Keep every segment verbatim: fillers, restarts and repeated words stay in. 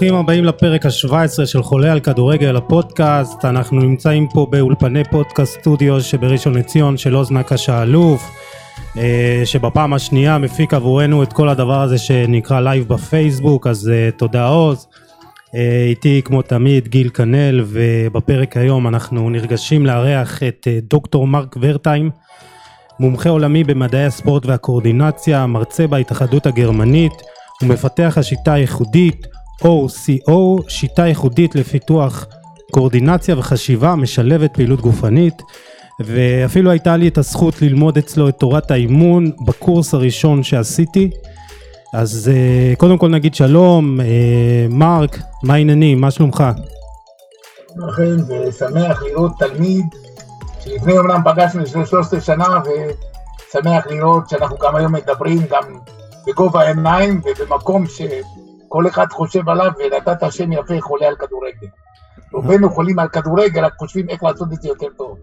ברוכים הבאים לפרק ה-שבע עשרה של חולה על כדורגל הפודקאסט. אנחנו נמצאים פה באולפני פודקאסט סטודיו שבראשון לציון של עוז נקש האלוף, שבפעם השנייה מפיק עבורנו את כל הדבר הזה שנקרא לייב בפייסבוק, אז תודה עוז. איתי כמו תמיד גיל קנל, ובפרק היום אנחנו נרגשים לארח את דוקטור מרק ורטהיים, מומחה עולמי במדעי הספורט והקואורדינציה, מרצה בהתאחדות הגרמנית ומפתח השיטה הייחודית או סי או, שיטה ייחודית לפיתוח קואורדינציה וחשיבה משלבת פעילות גופנית, ואפילו הייתה לי את הזכות ללמוד אצלו את תורת האימון בקורס הראשון שעשיתי. אז קודם כל נגיד שלום, מרק, מה העניינים, מה שלומך? לכן, ושמח לראות תלמיד שלפני אומנם פגשנו לפני שלוש עשרה שנה, ושמח לראות שאנחנו גם היום מדברים גם בגובה העיניים ובמקום שכל אחד חושב עליו, ונתת השם יפה חולה על כדורגל. רובנו חולים על כדורגל, רק חושבים איך לעשות את זה יותר טוב.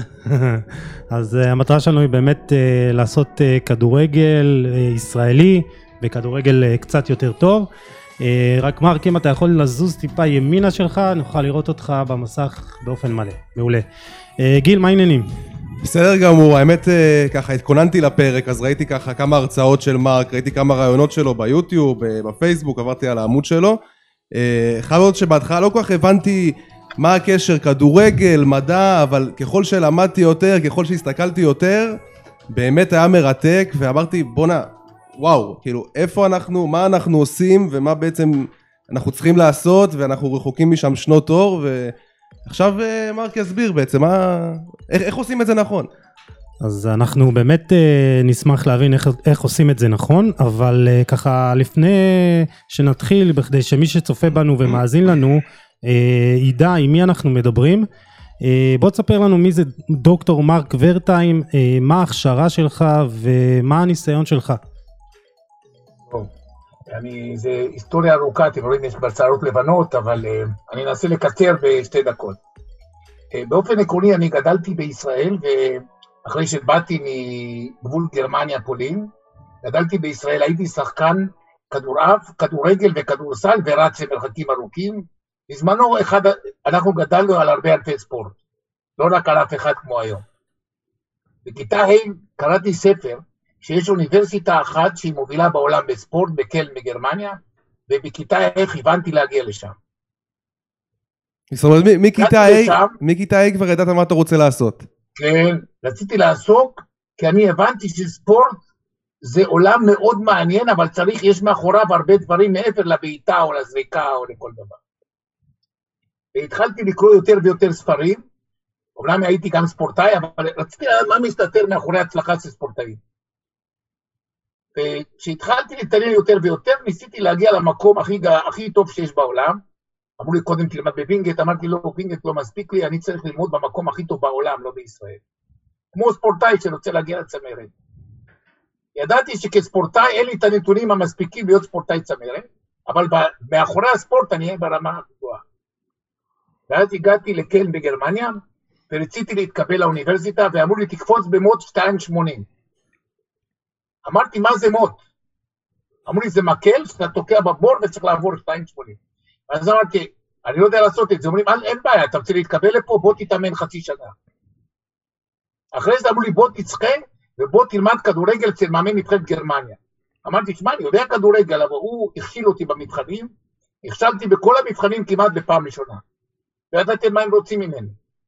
אז המטרה שלנו היא באמת לעשות כדורגל ישראלי, וכדורגל קצת יותר טוב. רק מרק, אם אתה יכול לזוז טיפה ימינה שלך, נוכל לראות אותך במסך באופן מלא. מעולה. גיל, מה העניינים? בסדר גמור, האמת ככה התכוננתי לפרק, אז ראיתי ככה כמה הרצאות של מרק, ראיתי כמה רעיונות שלו ביוטיוב, בפייסבוק, עברתי על העמוד שלו. חייב להיות שבהתחלה לא כל כך הבנתי מה הקשר כדורגל, מדע, אבל ככל שלמדתי יותר, ככל שהסתכלתי יותר, באמת היה מרתק, ואמרתי בונה, וואו, כאילו איפה אנחנו, מה אנחנו עושים, ומה בעצם אנחנו צריכים לעשות, ואנחנו רחוקים משם שנות אור, ועכשיו מרק יסביר בעצם מה, איך, איך עושים את זה נכון. אז אנחנו באמת נשמח להבין איך, איך עושים את זה נכון, אבל ככה לפני שנתחיל, בכדי שמי שצופה בנו ומאזין לנו, ידע עם מי אנחנו מדברים, בוא תספר לנו מי זה דוקטור מרק ורטהיים, מה ההכשרה שלך ומה הניסיון שלך. טוב, אני, זה היסטוריה ארוכה, אתם רואים יש בצערות לבנות, אבל אני אנסה לקצר בשתי דקות. באופן עקרוני אני גדלתי בישראל, ואחרי שבאתי מגבול גרמניה פולין, גדלתי בישראל, הייתי שחקן כדורעף, כדורגל וכדורסל, ורץ למרחקים ארוכים. בזמנו אחד, אנחנו גדלנו על הרבה ענפי ספורט, לא רק על אף אחד כמו היום. בכיתה ה' קראתי ספר שיש אוניברסיטה אחת שהיא מובילה בעולם בספורט בקלן בגרמניה, ובכיתה ה' הבנתי להגיע לשם. זאת אומרת, מכיתה ה' כבר ידעת מה אתה רוצה לעשות. כן, רציתי לעסוק, כי אני הבנתי שספורט זה עולם מאוד מעניין, אבל צריך, יש מאחוריו הרבה דברים מעבר לבעיטה או לזריקה או לכל דבר. והתחלתי לקרוא יותר ויותר ספרים, אומנם הייתי גם ספורטאי, אבל רציתי לדעת מה מסתתר מאחורי הצלחה של ספורטאים. וכשהתחלתי להתעניין יותר ויותר, ניסיתי להגיע למקום הכי, הכי טוב שיש בעולם. אמרו לי קודם תלמד בווינגייט, אמרתי לא, בווינגייט לא מספיק לי, אני צריך ללמוד במקום הכי טוב בעולם, לא בישראל. כמו ספורטאי שרוצה להגיע לצמרת. ידעתי שכספורטאי אין לי את הנתונים המספיקים להיות ספורטאי צמרת, אבל מאחורי הספורט אני אהיה ברמה הגבוהה. ואז הגעתי לקלן בגרמניה, ורציתי להתקבל לאוניברסיטה, ואמרו לי, תקפוץ במוט שתיים שמונים. אמרתי, מה זה מוט? אמרו לי, זה מקל שאתה תוקע בבור וצריך לעבור שתיים שמונים. אז אמרתי, אני לא יודע לעשות את זה. אומרים, אין בעיה, אתה רוצה להתקבל לפה, בוא תתאמן חצי שנה. אחרי זה אמרו לי, בוא תצחה, ובוא תלמד כדורגל אצל מאמן נבחרת גרמניה. אמרתי, שמע, אני יודע כדורגל, אבל הוא הכשיל אותי במבחנים, נכשלתי בכל המבחנים כמעט בפעם ראשונה. וידעתי מה הם רוצים ממני.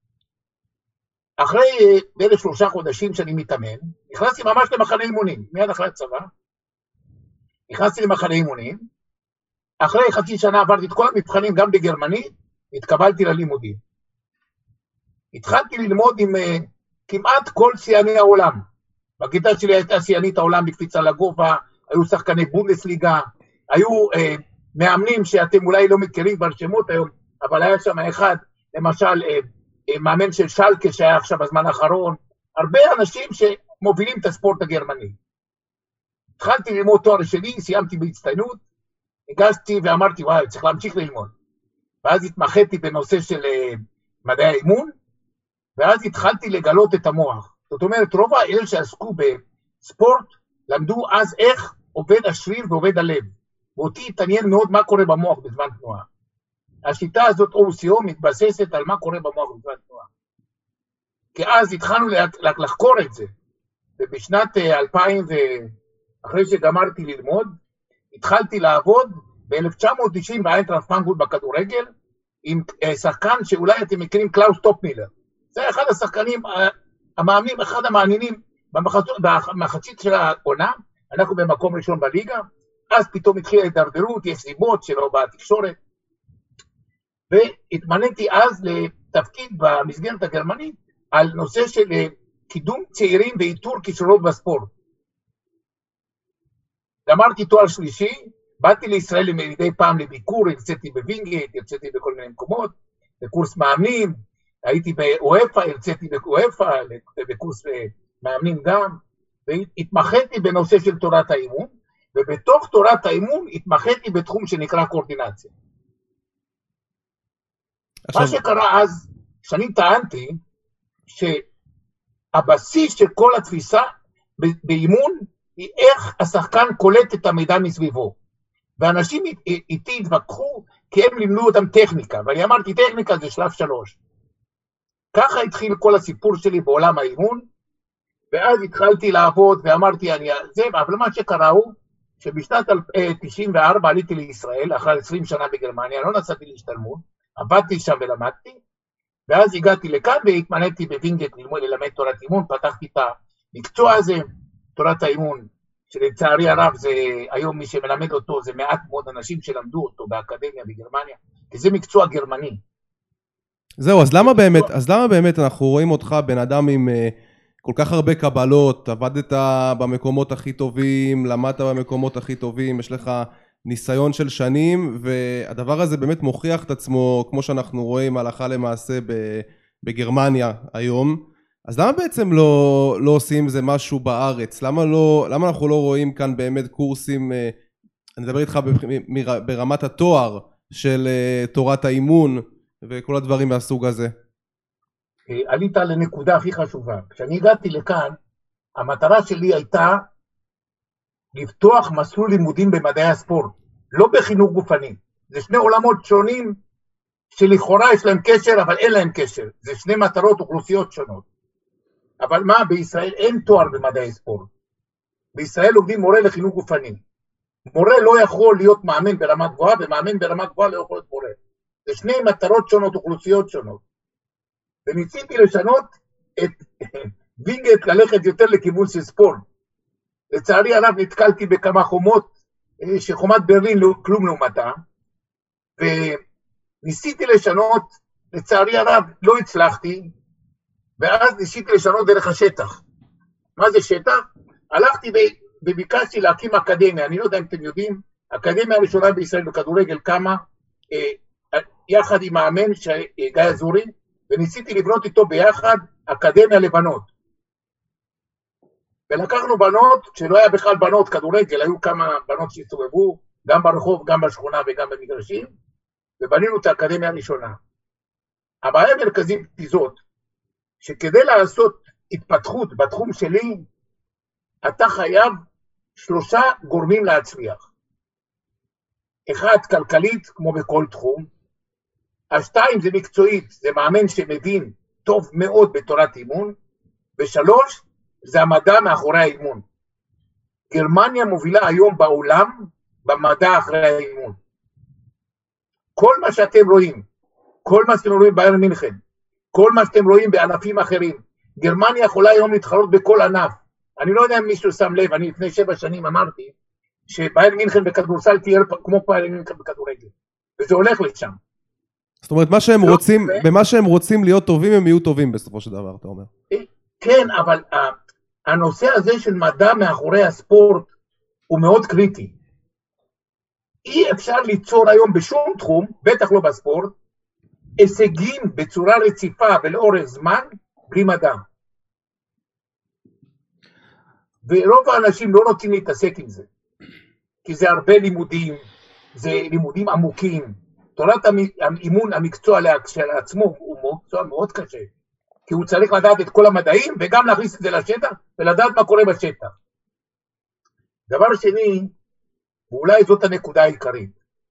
אחרי בערך שלושה חודשים שאני מתאמן, נכנסתי ממש למחנה אימונים, מיד אחרי הצבא, נכנסתי למחנה אימונים, אחרי חצי שנה עברתי את כל המבחנים גם בגרמנית, התקבלתי ללימודים. התחלתי ללמוד עם uh, כמעט כל שיאני העולם. בכיתה שלי הייתה שיאנית העולם בקפיצה לגובה, היו שחקני בונדסליגה, היו uh, מאמנים שאתם אולי לא מכירים ברשמות היום, אבל היה שם אחד, למשל, מאמן של שלקה שהיה עכשיו בזמן האחרון, הרבה אנשים שמובילים את הספורט הגרמני. התחלתי ללמוד תואר שלי, סיימתי בהצטיינות, הגשתי ואמרתי, וואי, צריך להמשיך ללמוד. ואז התמחיתי בנושא של מדעי האימון, ואז התחלתי לגלות את המוח. זאת אומרת, רוב האלה שעסקו בספורט, למדו אז איך עובד השריר ועובד הלב. ואותי התעניין מאוד מה קורה במוח בזמן תנועה. השיטה הזאת, או סי או, מתבססת על מה קורה במוח בזמן תנועה. כי אז התחלנו לחקור את זה, ובשנת אלפיים, אחרי שגמרתי ללמוד, התחלתי לעבוד ב-אלף תשע מאות תשעים באיינטראכט פרנקפורט בכדורגל, עם שחקן שאולי אתם מכירים, קלאוס טופמילר. זה אחד השחקנים המאמנים, אחד המעניינים במחצית של העונה, אנחנו במקום ראשון בליגה, אז פתאום התחילה הידרדרות, יש סיבות שלו בתקשורת, והתמניתי אז לתפקיד במסגרת הגרמנית, על נושא של קידום צעירים ואיתור כישרונות בספורט. גמרתי תואר שלישי, באתי לישראל מדי פעם לביקור, הרציתי בווינגייט, הרציתי בכל מיני מקומות, בקורס מאמנים, הייתי באופה, הרציתי באופה, בקורס מאמנים גם, והתמחיתי בנושא של תורת האימון, ובתוך תורת האימון התמחיתי בתחום שנקרא קואורדינציה. עכשיו... מה שקרה אז, שאני טענתי, שהבסיס של כל התפיסה באימון, היא איך השחקן קולט את המידע מסביבו. ואנשים איתי התווכחו, כי הם לימדו אותם טכניקה, ואני אמרתי, טכניקה זה שלב שלוש. ככה התחיל כל הסיפור שלי בעולם האימון, ואז התחלתי לעבוד, ואמרתי, אני, זה, אבל מה שקרה הוא, שבשנת תשעים וארבע עליתי לישראל, אחרי עשרים שנה בגרמניה, לא נסעתי להשתלמות, עבדתי שם ולמדתי, ואז הגעתי לכאן והתמניתי בווינגייט ללמוד ללמד תורת אימון, פתחתי את המקצוע הזה, תורת האימון, שלצערי הרב זה, היום מי שמלמד אותו זה מעט מאוד אנשים שלמדו אותו באקדמיה בגרמניה, כי זה מקצוע גרמני. זהו, אז למה באמת, אז למה באמת אנחנו רואים אותך בן אדם עם כל כך הרבה קבלות, עבדת במקומות הכי טובים, למדת במקומות הכי טובים, יש לך ניסיון של שנים, והדבר הזה באמת מוכיח את עצמו, כמו שאנחנו רואים הלכה למעשה בגרמניה היום. אז למה בעצם לא, לא עושים זה משהו בארץ? למה, לא, למה אנחנו לא רואים כאן באמת קורסים, אני מדבר איתך ברמת התואר של תורת האימון וכל הדברים מהסוג הזה? עלית לנקודה הכי חשובה. כשאני הגעתי לכאן, המטרה שלי הייתה לפתוח מסלול לימודים במדעי הספורט, לא בחינוך גופני. זה שני עולמות שונים שלכאורה יש להם קשר, אבל אין להם קשר. זה שני מטרות אוכלוסיות שונות. אבל מה, בישראל אין תואר במדעי ספורט. בישראל עובדים מורה לחינוך גופני. מורה לא יכול להיות מאמן ברמה גבוהה, ומאמן ברמה גבוהה לא יכול להיות מורה. זה שני מטרות שונות, אוכלוסיות שונות. וניסיתי לשנות את וינגייט ללכת יותר לכיוון של ספורט. לצערי הרב נתקלתי בכמה חומות, שחומת ברלין לא, כלום לעומתה, וניסיתי לשנות, לצערי הרב לא הצלחתי, ואז ניסיתי לשנות דרך השטח. מה זה שטח? הלכתי וביקשתי להקים אקדמיה, אני לא יודע אם אתם יודעים, האקדמיה הראשונה בישראל בכדורגל קמה, יחד עם מאמן גיא אזורי, וניסיתי לבנות איתו ביחד אקדמיה לבנות. ולקחנו בנות, שלא היה בכלל בנות כדורגל, היו כמה בנות שהסתובבו, גם ברחוב, גם בשכונה וגם במגרשים, ובנינו את האקדמיה הראשונה. הבעיה המרכזית היא זאת, שכדי לעשות התפתחות בתחום שלי, אתה חייב שלושה גורמים להצליח. אחד, כלכלית, כמו בכל תחום. השתיים, זה מקצועית, זה מאמן שמבין טוב מאוד בתורת אימון. ושלוש, זה המדע מאחורי האימון. גרמניה מובילה היום בעולם במדע אחרי האימון. כל מה שאתם רואים, כל מה שאתם רואים ביירן מינכן, כל מה שאתם רואים בענפים אחרים, גרמניה יכולה היום להתחרות בכל ענף. אני לא יודע אם מישהו שם לב, אני לפני שבע שנים אמרתי, שביירן מינכן בכדורסל תהיה כמו ביירן מינכן בכדורגל, וזה הולך לשם. זאת אומרת, מה שהם רוצים, במה שהם רוצים להיות טובים, הם יהיו טובים בסופו של דבר, אתה אומר. כן, אבל הנושא הזה של מדע מאחורי הספורט, הוא מאוד קריטי. אי אפשר ליצור היום בשום תחום, בטח לא בספורט, הישגים בצורה רציפה ולאורך זמן, בלי מדע. ורוב האנשים לא רוצים להתעסק עם זה, כי זה הרבה לימודים, זה לימודים עמוקים. תורת האימון, המקצוע לעצמו, הוא מקצוע מאוד קשה, כי הוא צריך לדעת את כל המדעים, וגם להכניס את זה לשטח, ולדעת מה קורה בשטח. דבר שני, ואולי זאת הנקודה העיקרית.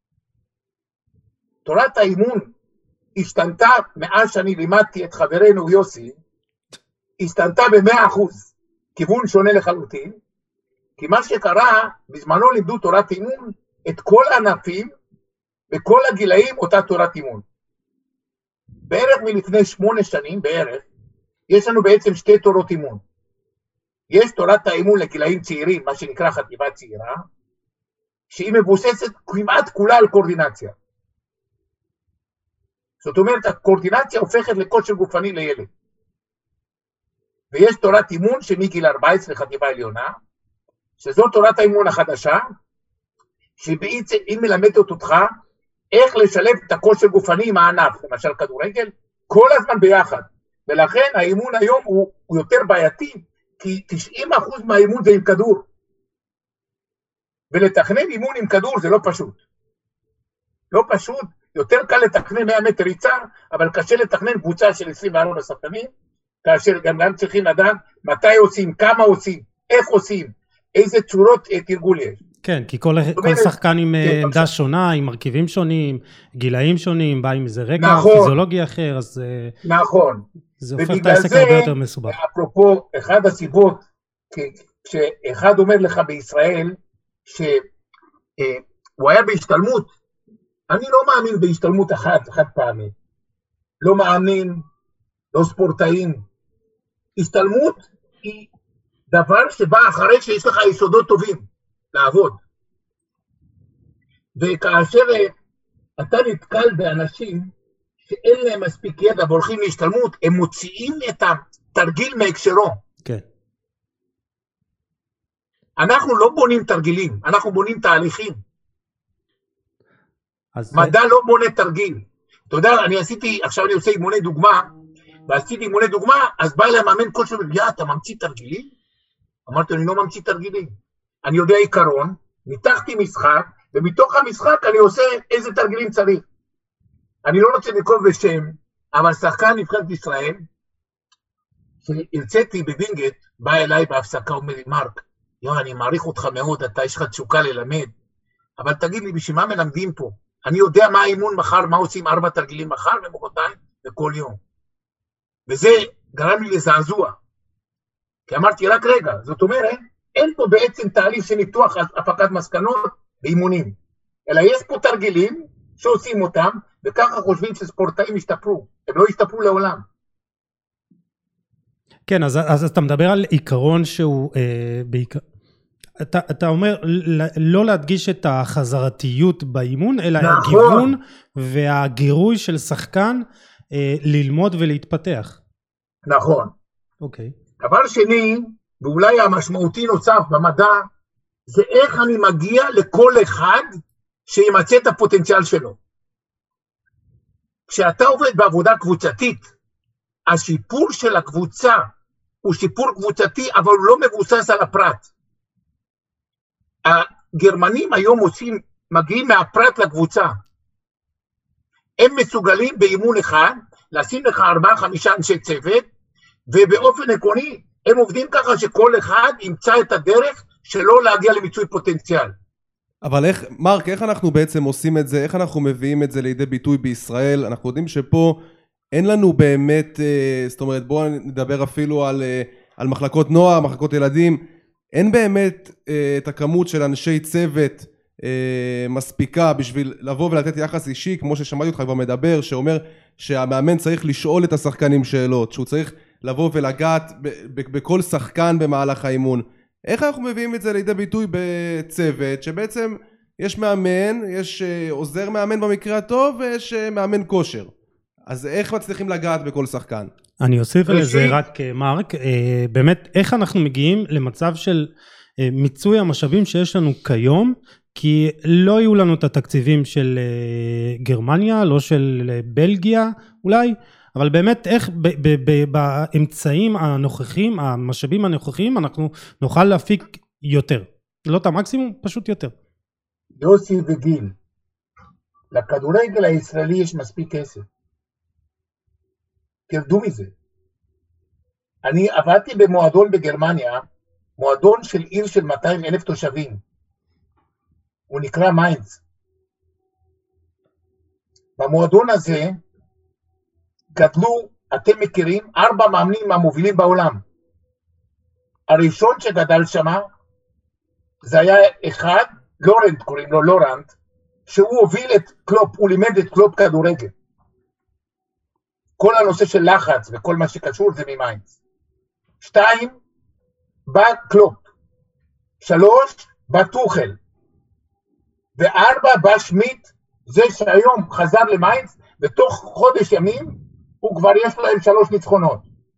תורת האימון השתנתה מאז שאני לימדתי את חברנו יוסי, השתנתה ב-מאה אחוז, כיוון שונה לחלוטין, כי מה שקרה, בזמנו לימדו תורת אימון את כל הענפים, בכל הגילאים אותה תורת אימון. בערך מלפני שמונה שנים, בערך, יש לנו בעצם שתי תורות אימון. יש תורת האימון לגילאים צעירים, מה שנקרא חטיבה צעירה, שהיא מבוססת כמעט כולה על קואורדינציה. זאת אומרת, הקואורדינציה הופכת לכושר גופני לילד. ויש תורת אימון שמגיל ארבע עשרה לחטיבה עליונה, שזו תורת האימון החדשה, שבעצם היא מלמדת אותך איך לשלב את הכושר גופני עם הענף, למשל כדורגל, כל הזמן ביחד. ולכן האימון היום הוא, הוא יותר בעייתי, כי תשעים אחוז מהאימון זה עם כדור. ולתכנן אימון עם כדור זה לא פשוט. לא פשוט, יותר קל לתכנן מאה מטר ריצה, אבל קשה לתכנן קבוצה של עשרים וארבעה שחקנים, כאשר גם גם צריכים לדעת מתי עושים, כמה עושים, איך עושים, איזה צורות תרגול יש. כן, כי כל, כל שחקן עם כן, עמדה בבקשה. שונה, עם מרכיבים שונים, גילאים שונים, בא עם איזה רגע, נכון, פיזיולוגי אחר, אז נכון. זה הופך את העסק הרבה יותר מסובך. אפרופו, אחד הסיבות, כשאחד אומר לך בישראל, שהוא היה בהשתלמות, אני לא מאמין בהשתלמות אחת, חד פעמי. לא מאמין, לא ספורטאים. השתלמות היא דבר שבא אחרי שיש לך יסודות טובים לעבוד. וכאשר אתה נתקל באנשים שאין להם מספיק ידע והולכים להשתלמות, הם מוציאים את התרגיל מהקשרו. כן. אנחנו לא בונים תרגילים, אנחנו בונים תהליכים. מדע זה... לא בונה תרגיל. אתה יודע, אני עשיתי, עכשיו אני עושה אימוני דוגמה, ועשיתי אימוני דוגמה, אז בא אליי מאמן כושר ובגלל, אתה ממציא תרגילים? אמרתי, אני לא ממציא תרגילים. אני יודע עיקרון, ניתחתי משחק, ומתוך המשחק אני עושה איזה תרגילים צריך. אני לא רוצה לקרוא בשם, אבל שחקן נבחרת ישראל, שהרציתי בווינגייט, בא אליי בהפסקה, אומר לי, מרק, יו, אני מעריך אותך מאוד, אתה יש לך תשוקה ללמד, אבל תגיד לי, בשביל מה מלמדים פה? אני יודע מה האימון מחר, מה עושים ארבע תרגילים מחר ומחרתיים וכל יום. וזה גרם לי לזעזוע. כי אמרתי, רק רגע, זאת אומרת, אין פה בעצם תהליך של ניתוח הפקת מסקנות באימונים, אלא יש פה תרגילים שעושים אותם, וככה חושבים שספורטאים ישתפרו, הם לא ישתפרו לעולם. כן, אז, אז אתה מדבר על עיקרון שהוא, אה, בעיקר, אתה, אתה אומר לא להדגיש את החזרתיות באימון, אלא נכון. הגיוון והגירוי של שחקן אה, ללמוד ולהתפתח. נכון. אוקיי. דבר שני, ואולי המשמעותי נוסף במדע, זה איך אני מגיע לכל אחד שימצא את הפוטנציאל שלו. כשאתה עובד בעבודה קבוצתית, השיפור של הקבוצה הוא שיפור קבוצתי, אבל הוא לא מבוסס על הפרט. הגרמנים היום עושים, מגיעים מהפרט לקבוצה. הם מסוגלים באימון אחד, לשים לך ארבעה, חמישה אנשי צוות, ובאופן עקרוני, הם עובדים ככה שכל אחד ימצא את הדרך שלא להגיע למיצוי פוטנציאל. אבל איך, מרק, איך אנחנו בעצם עושים את זה? איך אנחנו מביאים את זה לידי ביטוי בישראל? אנחנו יודעים שפה אין לנו באמת, זאת אומרת, בואו נדבר אפילו על, על מחלקות נוער, מחלקות ילדים, אין באמת את הכמות של אנשי צוות מספיקה בשביל לבוא ולתת יחס אישי, כמו ששמעתי אותך כבר מדבר, שאומר שהמאמן צריך לשאול את השחקנים שאלות, שהוא צריך לבוא ולגעת בכל שחקן במהלך האימון. איך אנחנו מביאים את זה לידי ביטוי בצוות, שבעצם יש מאמן, יש עוזר מאמן במקרה הטוב, ויש מאמן כושר. אז איך מצליחים לגעת בכל שחקן? אני אוסיף לזה רק, מרק, באמת, איך אנחנו מגיעים למצב של מיצוי המשאבים שיש לנו כיום, כי לא יהיו לנו את התקציבים של גרמניה, לא של בלגיה אולי, אבל באמת איך באמצעים הנוכחים, המשאבים הנוכחים, אנחנו נוכל להפיק יותר. לא את המקסימום, פשוט יותר. יוסי וגיל, לכדורגל הישראלי יש מספיק כסף. תרדו מזה. אני עבדתי במועדון בגרמניה, מועדון של עיר של מאתיים אלף תושבים. הוא נקרא מיינדס. במועדון הזה גדלו, אתם מכירים, ארבע מאמנים המובילים בעולם. הראשון שגדל שם, זה היה אחד, לורנט קוראים לו לורנט, שהוא הוביל את קלופ, הוא לימד את קלופ כדורגל. כל הנושא של לחץ וכל מה שקשור זה ממיינדס. שתיים, בא קלופ. שלוש, בא טוחל. וארבע, בא שמיט, זה שהיום חזר למיינדס, בתוך חודש ימים, הוא כבר יש להם שלוש ניצחונות.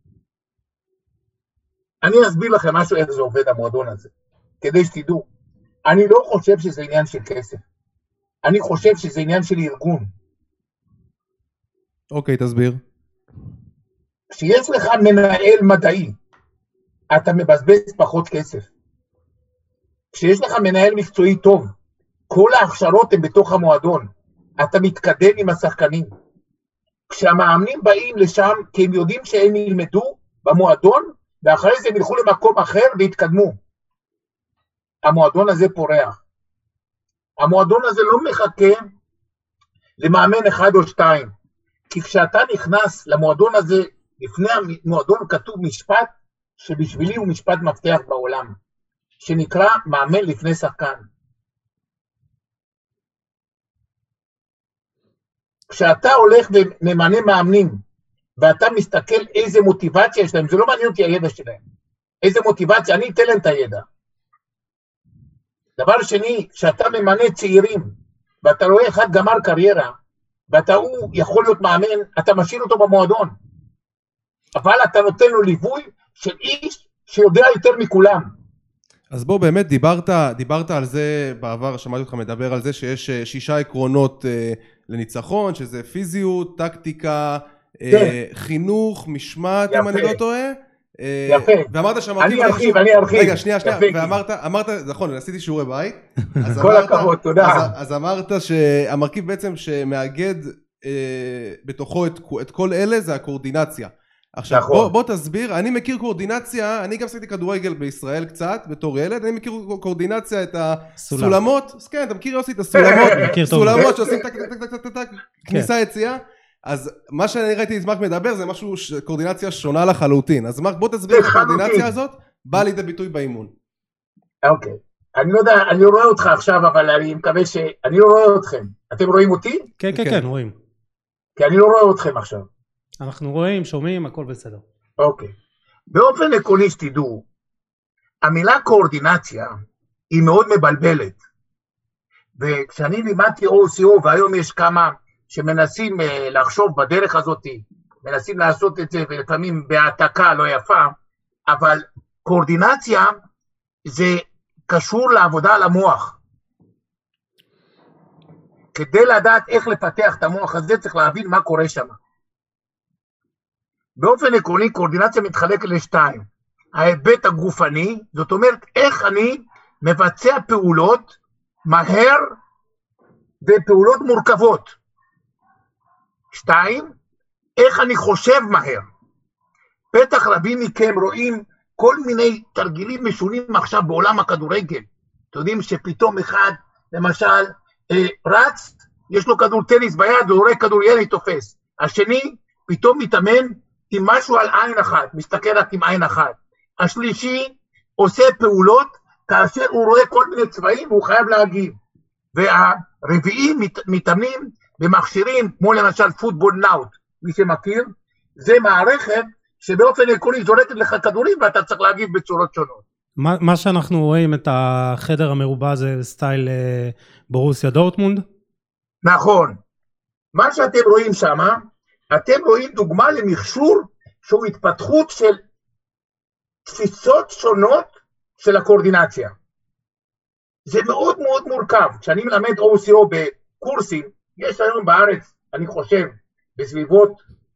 אני אסביר לכם משהו איך זה עובד המועדון הזה, כדי שתדעו. אני לא חושב שזה עניין של כסף. אני חושב שזה עניין של ארגון. אוקיי, תסביר. כשיש לך מנהל מדעי, אתה מבזבז פחות כסף. כשיש לך מנהל מקצועי טוב, כל ההכשרות הן בתוך המועדון, אתה מתקדם עם השחקנים. כשהמאמנים באים לשם, כי הם יודעים שהם ילמדו במועדון, ואחרי זה הם ילכו למקום אחר והתקדמו. המועדון הזה פורח. המועדון הזה לא מחכה למאמן אחד או שתיים. כי כשאתה נכנס למועדון הזה, לפני המועדון כתוב משפט, שבשבילי הוא משפט מפתח בעולם, שנקרא מאמן לפני שחקן. כשאתה הולך וממנה מאמנים, ואתה מסתכל איזה מוטיבציה יש להם, זה לא מעניין אותי הידע שלהם. איזה מוטיבציה, אני אתן להם את הידע. דבר שני, כשאתה ממנה צעירים, ואתה רואה אחד גמר קריירה, ואתה הוא יכול להיות מאמן, אתה משאיר אותו במועדון. אבל אתה נותן לו ליווי של איש שיודע יותר מכולם. אז בוא, באמת דיברת, דיברת על זה בעבר, שמעתי אותך מדבר על זה שיש שישה עקרונות אה, לניצחון, שזה פיזיות, טקטיקה, כן. אה, חינוך, משמעת, אם אני לא טועה. אה, יפה. ואמרת שהמרכיב... אני ארחיב, אני ארחיב. רגע, שנייה, שנייה. ואמרת, אמרת, נכון, עשיתי שיעורי בית. כל הכבוד, תודה. אז, אז אמרת שהמרכיב בעצם שמאגד אה, בתוכו את, את כל אלה זה הקואורדינציה. עכשיו, נכון. בוא, בוא תסביר, אני מכיר קואורדינציה, אני גם עשיתי כדורגל בישראל קצת, בתור ילד, אני מכיר קואורדינציה, את הסולמות, כן, אתה מכיר יוסי את הסולמות, סולמות שעושים טק טק טק טק טק, כניסה יציאה, אז מה שאני ראיתי את מרק מדבר, זה משהו, קואורדינציה שונה לחלוטין, אז מרק, בוא תסביר את הקואורדינציה הזאת, בא לידי ביטוי באימון. אוקיי, אני לא יודע, אני לא רואה אותך עכשיו, אבל אני מקווה ש... אני לא רואה אתכם, אתם רואים אותי? כן, כן, כן, רואים. כי אני לא רואה אתכם עכשיו. אנחנו רואים, שומעים, הכל בסדר. אוקיי. באופן עקרוני שתדעו, המילה קואורדינציה היא מאוד מבלבלת. וכשאני לימדתי או סי או, והיום יש כמה שמנסים לחשוב בדרך הזאת, מנסים לעשות את זה, ולפעמים בהעתקה לא יפה, אבל קואורדינציה זה קשור לעבודה על המוח. כדי לדעת איך לפתח את המוח הזה, צריך להבין מה קורה שם. באופן עקרוני, קואורדינציה מתחלקת לשתיים. ההיבט הגופני, זאת אומרת, איך אני מבצע פעולות מהר ופעולות מורכבות. שתיים, איך אני חושב מהר. בטח רבים מכם רואים כל מיני תרגילים משונים עכשיו בעולם הכדורגל. אתם יודעים שפתאום אחד, למשל, אה, רץ, יש לו כדור טניס ביד, והוא רואה כדור ילד תופס. השני, פתאום מתאמן, עם משהו על עין אחת, מסתכל רק עם עין אחת. השלישי עושה פעולות, כאשר הוא רואה כל מיני צבעים, והוא חייב להגיב. והרביעים מת, מתאמנים במכשירים, כמו למשל פוטבול נאוט, מי שמכיר, זה מערכת שבאופן עקרוני זורקת לך כדורים, ואתה צריך להגיב בצורות שונות. מה, מה שאנחנו רואים את החדר המרובע זה סטייל אה, ברוסיה דורטמונד? נכון. מה שאתם רואים שם, אתם רואים דוגמה למכשור שהוא התפתחות של תפיסות שונות של הקואורדינציה. זה מאוד מאוד מורכב. כשאני מלמד או סי או בקורסים, יש היום בארץ, אני חושב, בסביבות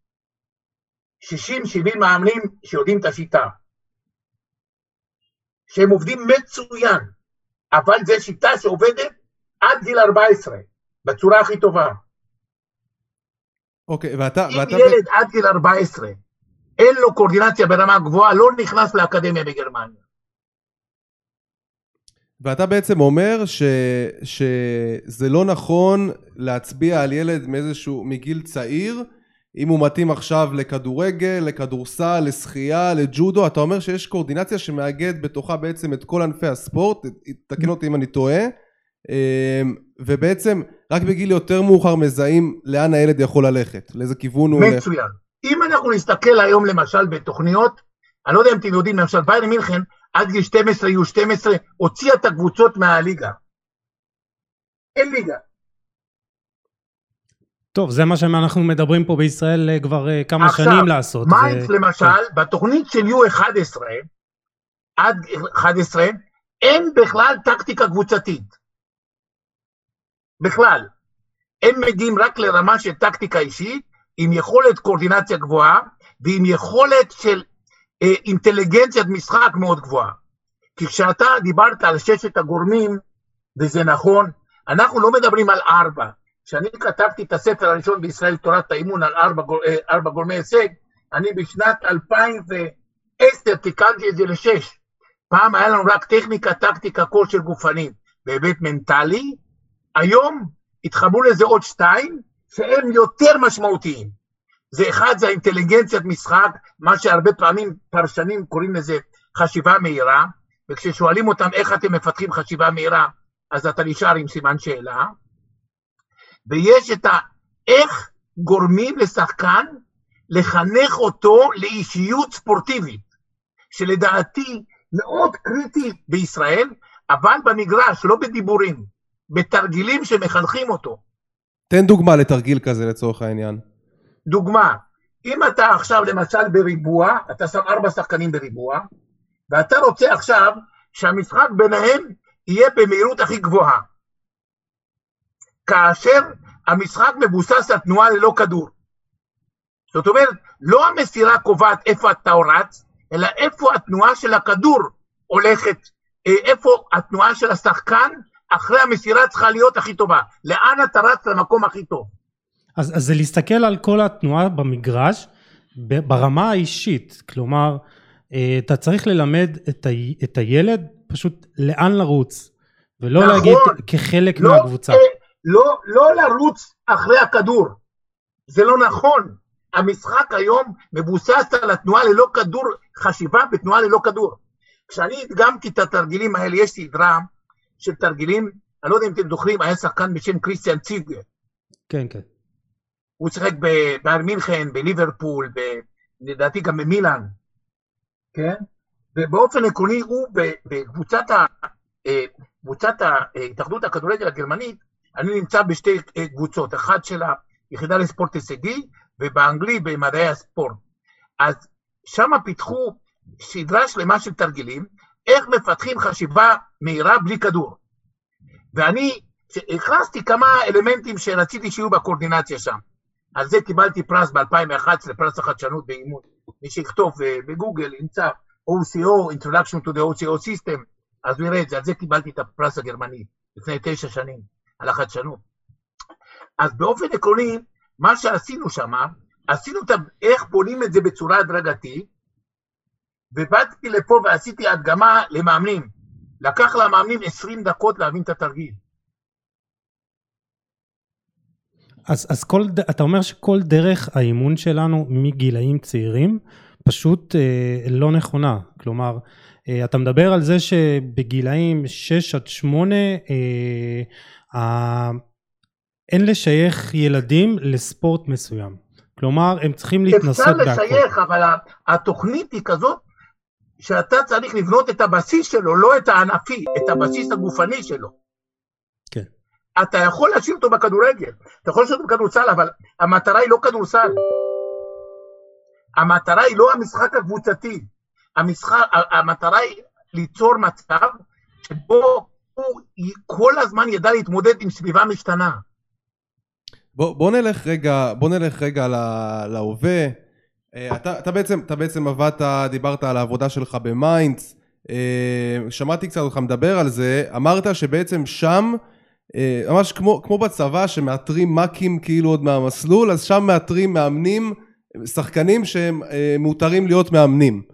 שישים שבעים מאמנים שיודעים את השיטה. שהם עובדים מצוין, אבל זו שיטה שעובדת עד גיל ארבע עשרה, בצורה הכי טובה. אוקיי, ואתה... אם ילד ב... עד גיל ארבע עשרה, אין לו קואורדינציה ברמה גבוהה, לא נכנס לאקדמיה בגרמניה. ואתה בעצם אומר ש, שזה לא נכון להצביע על ילד מאיזשהו, מגיל צעיר, אם הוא מתאים עכשיו לכדורגל, לכדורסל, לשחייה, לג'ודו, אתה אומר שיש קואורדינציה שמאגד בתוכה בעצם את כל ענפי הספורט, תקן אותי אם אני טועה, ובעצם רק בגיל יותר מאוחר מזהים לאן הילד יכול ללכת, לאיזה כיוון הוא הולך. מצוין. אם אנחנו נסתכל היום למשל בתוכניות, אני לא יודע אם אתם יודעים, למשל ביירן מינכן, עד גיל שתים עשרה, יו שתים עשרה, הוציאה את הקבוצות מהליגה. אין ליגה. טוב, זה מה שאנחנו מדברים פה בישראל כבר כמה עכשיו, שנים לעשות. מיינדס זה... למשל, כן. בתוכנית של יו אחת עשרה, עד אחת עשרה, אין בכלל טקטיקה קבוצתית. בכלל. הם מגיעים רק לרמה של טקטיקה אישית, עם יכולת קואורדינציה גבוהה, ועם יכולת של אה, אינטליגנציית משחק מאוד גבוהה. כי כשאתה דיברת על ששת הגורמים, וזה נכון, אנחנו לא מדברים על ארבע. כשאני כתבתי את הספר הראשון בישראל, תורת האימון על ארבע, ארבע גורמי הישג, אני בשנת אלפיים ועשר תיקנתי את זה לשש. פעם היה לנו רק טכניקה, טקטיקה, כושר גופני, בהיבט מנטלי. היום התחברו לזה עוד שתיים, שהם יותר משמעותיים. זה אחד, זה האינטליגנציית משחק, מה שהרבה פעמים פרשנים קוראים לזה חשיבה מהירה, וכששואלים אותם איך אתם מפתחים חשיבה מהירה, אז אתה נשאר עם סימן שאלה. ויש את ה... איך גורמים לשחקן לחנך אותו לאישיות ספורטיבית, שלדעתי מאוד קריטי בישראל, אבל במגרש, לא בדיבורים, בתרגילים שמחנכים אותו. תן דוגמה לתרגיל כזה לצורך העניין. דוגמה, אם אתה עכשיו למשל בריבוע, אתה שם ארבע שחקנים בריבוע, ואתה רוצה עכשיו שהמשחק ביניהם יהיה במהירות הכי גבוהה. כאשר המשחק מבוסס על תנועה ללא כדור. זאת אומרת, לא המסירה קובעת איפה אתה רץ, אלא איפה התנועה של הכדור הולכת, איפה התנועה של השחקן, אחרי המסירה צריכה להיות הכי טובה. לאן אתה רץ למקום הכי טוב? אז, אז זה להסתכל על כל התנועה במגרש, ברמה האישית, כלומר, אתה צריך ללמד את, ה, את הילד פשוט לאן לרוץ, ולא נכון, להגיד כחלק לא, מהקבוצה. לא, לא לרוץ אחרי הכדור, זה לא נכון. המשחק היום מבוסס על התנועה ללא כדור, חשיבה בתנועה ללא כדור. כשאני הדגמתי את התרגילים האלה, יש סדרה של תרגילים, אני לא יודע אם אתם זוכרים, היה שחקן בשם קריסטיאן ציגר. כן, כן. הוא שיחק בביירן מינכן, בליברפול, לדעתי גם במילאן, כן? ובאופן עקרוני הוא בקבוצת ההתאחדות הכדורגל הגרמנית, אני נמצא בשתי קבוצות, אחת של היחידה לספורט הישגי, ובאנגלי במדעי הספורט. אז שם פיתחו סדרה שלמה של תרגילים, איך מפתחים חשיבה מהירה בלי כדור. ואני הכנסתי כמה אלמנטים שרציתי שיהיו בקואורדינציה שם. על זה קיבלתי פרס ב-אלפיים ואחת עשרה, פרס החדשנות באימון. מי שיכתוב בגוגל, ימצא או סי או, Introduction to the או סי או System, אז הוא יראה את זה, על זה קיבלתי את הפרס הגרמני, לפני תשע שנים, על החדשנות. אז באופן עקרוני, מה שעשינו שם, עשינו את איך בונים את זה בצורה הדרגתית, ובאתי לפה ועשיתי הדגמה למאמנים. לקח למאמנים עשרים דקות להבין את התרגיל. אז, אז כל, אתה אומר שכל דרך האימון שלנו מגילאים צעירים פשוט אה, לא נכונה. כלומר, אה, אתה מדבר על זה שבגילאים שש עד שמונה אה, אה, אין לשייך ילדים לספורט מסוים. כלומר, הם צריכים להתנסות בהכל. אפשר לשייך, אבל התוכנית היא כזאת שאתה צריך לבנות את הבסיס שלו, לא את הענפי, את הבסיס הגופני שלו. כן. אתה יכול להשאיר אותו בכדורגל, אתה יכול להשאיר אותו בכדורסל, אבל המטרה היא לא כדורסל. המטרה היא לא המשחק הקבוצתי. המשחק, המטרה היא ליצור מצב שבו הוא כל הזמן ידע להתמודד עם סביבה משתנה. בוא, בוא נלך רגע, בוא נלך רגע לה, להווה. אתה, אתה בעצם, אתה בעצם עבדת, דיברת על העבודה שלך במיינדס, שמעתי קצת אותך מדבר על זה, אמרת שבעצם שם, ממש כמו, כמו בצבא שמאתרים מקים כאילו עוד מהמסלול, אז שם מאתרים מאמנים, שחקנים שהם מותרים להיות מאמנים.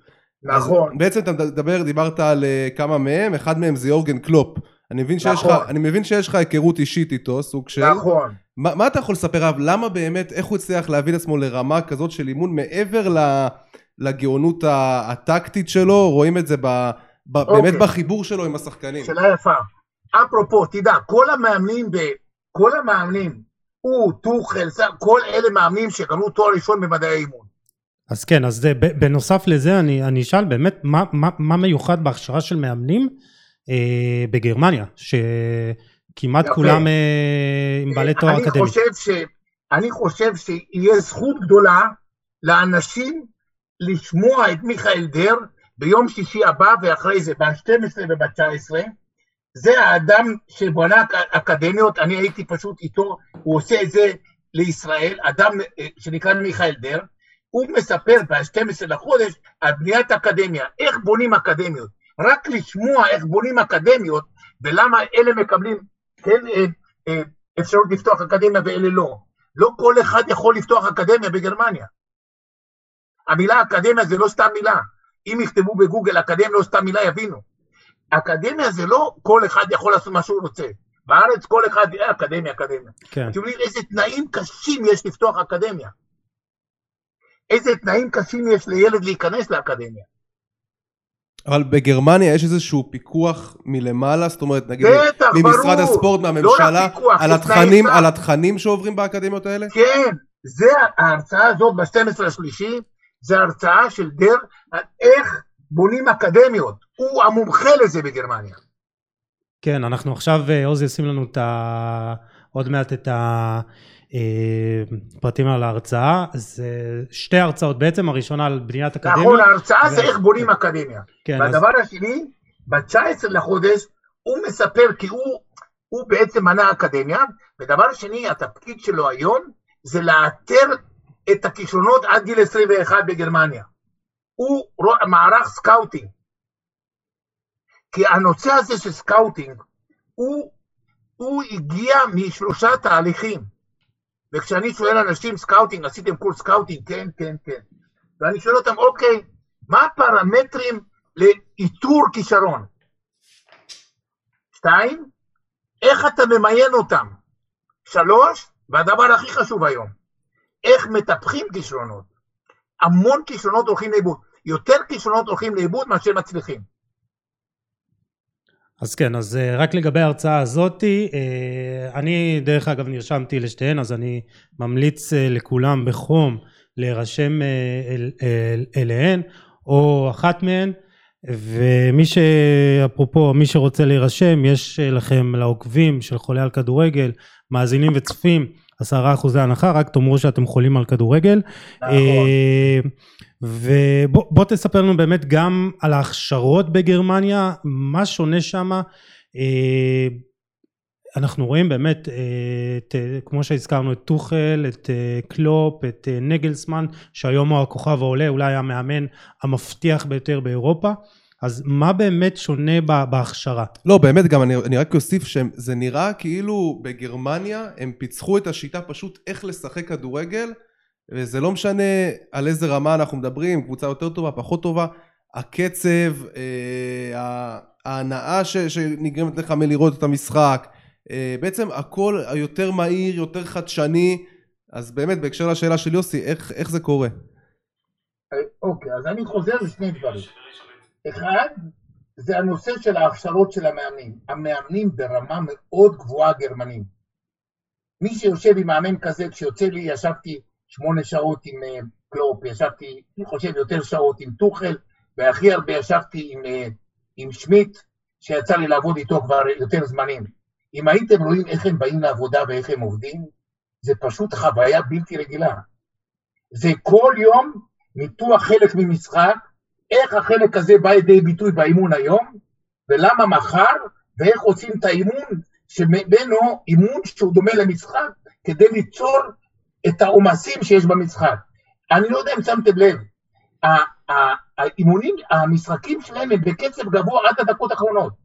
נכון. בעצם אתה מדבר, דיברת על כמה מהם, אחד מהם זה יורגן קלופ. אני מבין שיש לך, אני מבין שיש לך היכרות אישית איתו, סוג של... נכון. מה, מה אתה יכול לספר עליו? למה באמת, איך הוא הצליח להביא את עצמו לרמה כזאת של אימון מעבר לגאונות הטקטית שלו? רואים את זה ב, ב, okay. באמת בחיבור שלו עם השחקנים. שאלה יפה. אפרופו, תדע, כל המאמנים, ב, כל המאמנים, הוא, טוחל, כל אלה מאמנים שגמרו תואר ראשון במדעי האימון. אז כן, אז זה, בנוסף לזה אני, אני אשאל באמת מה, מה, מה מיוחד בהכשרה של מאמנים אה, בגרמניה, שכמעט יפה. כולם אה, עם בעלי תואר אני אקדמי. חושב ש, אני חושב שיהיה זכות גדולה לאנשים לשמוע את מיכאל דר ביום שישי הבא ואחרי זה, ב-שתים עשרה וב-תשע עשרה, זה האדם שבונה אקדמיות, אני הייתי פשוט איתו, הוא עושה את זה לישראל, אדם שנקרא מיכאל דר, הוא מספר ב-שנים עשר לחודש על בניית אקדמיה, איך בונים אקדמיות, רק לשמוע איך בונים אקדמיות, ולמה אלה מקבלים כן, אפשרות לפתוח אקדמיה ואלה לא. לא כל אחד יכול לפתוח אקדמיה בגרמניה. המילה אקדמיה זה לא סתם מילה. אם יכתבו בגוגל אקדמיה לא סתם מילה יבינו. אקדמיה זה לא כל אחד יכול לעשות מה שהוא רוצה. בארץ כל אחד יהיה אקדמיה, אקדמיה. כן. אתם יודעים איזה תנאים קשים יש לפתוח אקדמיה. איזה תנאים קשים יש לילד להיכנס לאקדמיה. אבל בגרמניה יש איזשהו פיקוח מלמעלה, זאת אומרת, נגיד, בטח, ממשרד ברור. הספורט, מהממשלה, לא פיקוח, על התכנים, על התכנים שעוברים באקדמיות האלה? כן, זה ההרצאה הזאת ב-שנים עשר לשלישי, זה הרצאה של דר, על איך בונים אקדמיות. הוא המומחה לזה בגרמניה. כן, אנחנו עכשיו, עוזי ישים לנו את ה... עוד מעט את הפרטים על ההרצאה, זה שתי הרצאות בעצם, הראשונה על בניית אקדמיה. נכון, ההרצאה זה איך בונים אקדמיה. והדבר השני, ב-תשע עשרה לחודש, הוא מספר כי הוא, הוא בעצם מנה אקדמיה, ודבר שני, התפקיד שלו היום, זה לאתר את הכישרונות עד גיל עשרים ואחת בגרמניה. הוא מערך סקאוטינג. כי הנושא הזה של סקאוטינג, הוא, הוא הגיע משלושה תהליכים. וכשאני שואל אנשים סקאוטינג, עשיתם קורס סקאוטינג? כן, כן, כן. ואני שואל אותם, אוקיי, מה הפרמטרים לאיתור כישרון? שתיים, איך אתה ממיין אותם? שלוש, והדבר הכי חשוב היום, איך מטפחים כישרונות? המון כישרונות הולכים לאיבוד. יותר כישרונות הולכים לאיבוד מאשר מצליחים. אז כן, אז רק לגבי ההרצאה הזאת, אני דרך אגב נרשמתי לשתיהן, אז אני ממליץ לכולם בחום להירשם אל, אל, אליהן, או אחת מהן, ומי שאפרופו, מי שרוצה להירשם, יש לכם לעוקבים של חולה על כדורגל, מאזינים וצופים, עשרה אחוזי הנחה, רק תאמרו שאתם חולים על כדורגל. ובוא תספר לנו באמת גם על ההכשרות בגרמניה, מה שונה שם. אנחנו רואים באמת, את, כמו שהזכרנו, את טוחל, את קלופ, את נגלסמן, שהיום הוא הכוכב העולה, אולי המאמן המבטיח ביותר באירופה. אז מה באמת שונה בהכשרה? לא, באמת גם אני, אני רק אוסיף שזה נראה כאילו בגרמניה הם פיצחו את השיטה פשוט איך לשחק כדורגל, וזה לא משנה על איזה רמה אנחנו מדברים, קבוצה יותר טובה, פחות טובה, הקצב, אה, ההנאה ש, שנגרמת לך מלראות את המשחק, אה, בעצם הכל היותר מהיר, יותר חדשני, אז באמת בהקשר לשאלה של יוסי, איך, איך זה קורה? אוקיי, אז אני חוזר לשני דברים. אחד, זה הנושא של ההכשרות של המאמנים. המאמנים ברמה מאוד גבוהה גרמנים. מי שיושב עם מאמן כזה, כשיוצא לי, ישבתי שמונה שעות עם קלופ, ישבתי, אני חושב, יותר שעות עם טוחל, והכי הרבה ישבתי עם, עם שמיט, שיצא לי לעבוד איתו כבר יותר זמנים. אם הייתם רואים איך הם באים לעבודה ואיך הם עובדים, זה פשוט חוויה בלתי רגילה. זה כל יום ניתוח חלק ממשחק, איך החלק הזה בא לידי ביטוי באימון היום, ולמה מחר, ואיך עושים את האימון, שבינו אימון שהוא דומה למשחק, כדי ליצור את העומסים שיש במשחק. אני לא יודע אם שמתם לב, האימונים, המשחקים שלהם הם בקצב גבוה עד הדקות האחרונות.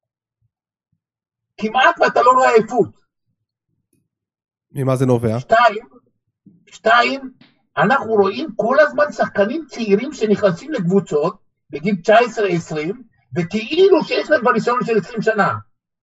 כמעט ואתה לא רואה עייפות. ממה זה נובע? שתיים, שתיים, אנחנו רואים כל הזמן שחקנים צעירים שנכנסים לקבוצות, בגיל תשע עשרה עשרים, וכאילו שיש להם בניסיון של עשרים שנה.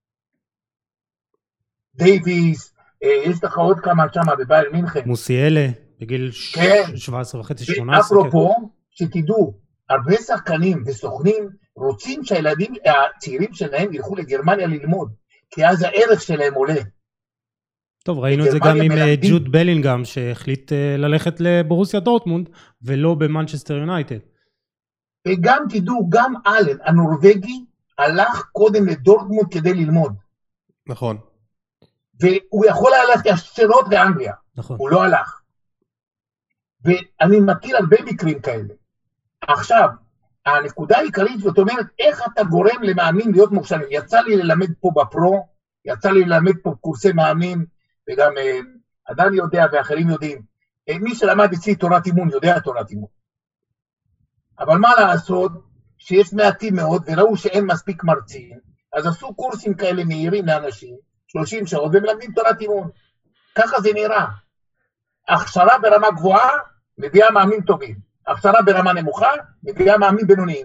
דייביס, יש לך עוד כמה שמה בביירן מינכן. מוסיאלה, בגיל כן. שבע עשרה וחצי, שמונה עשרה. אפרופו, כן. שתדעו, הרבה שחקנים וסוכנים רוצים שהילדים הצעירים שלהם ילכו לגרמניה ללמוד, כי אז הערך שלהם עולה. טוב, ראינו את זה גם עם מלמדים. ג'וד בלינגהם, שהחליט ללכת לבורוסיה דורטמונד, ולא במנצ'סטר יונייטד. וגם תדעו, גם אלן, הנורווגי, הלך קודם לדורטמונד כדי ללמוד. נכון. והוא יכול ללכת ישירות לאנגליה. נכון. הוא לא הלך. ואני מכיר הרבה מקרים כאלה. עכשיו, הנקודה העיקרית, זאת אומרת, איך אתה גורם למאמין להיות מוכשרים? יצא לי ללמד פה בפרו, יצא לי ללמד פה קורסי מאמין, וגם אדם יודע ואחרים יודעים. מי שלמד אצלי תורת אימון יודע תורת אימון. אבל מה לעשות שיש מעטים מאוד, וראו שאין מספיק מרצים, אז עשו קורסים כאלה מהירים לאנשים, שלושים שעות, ומלמדים תורת אימון. ככה זה נראה. הכשרה ברמה גבוהה, מביאה מאמין טובים. הכשרה ברמה נמוכה, מביאה מאמין בינוניים.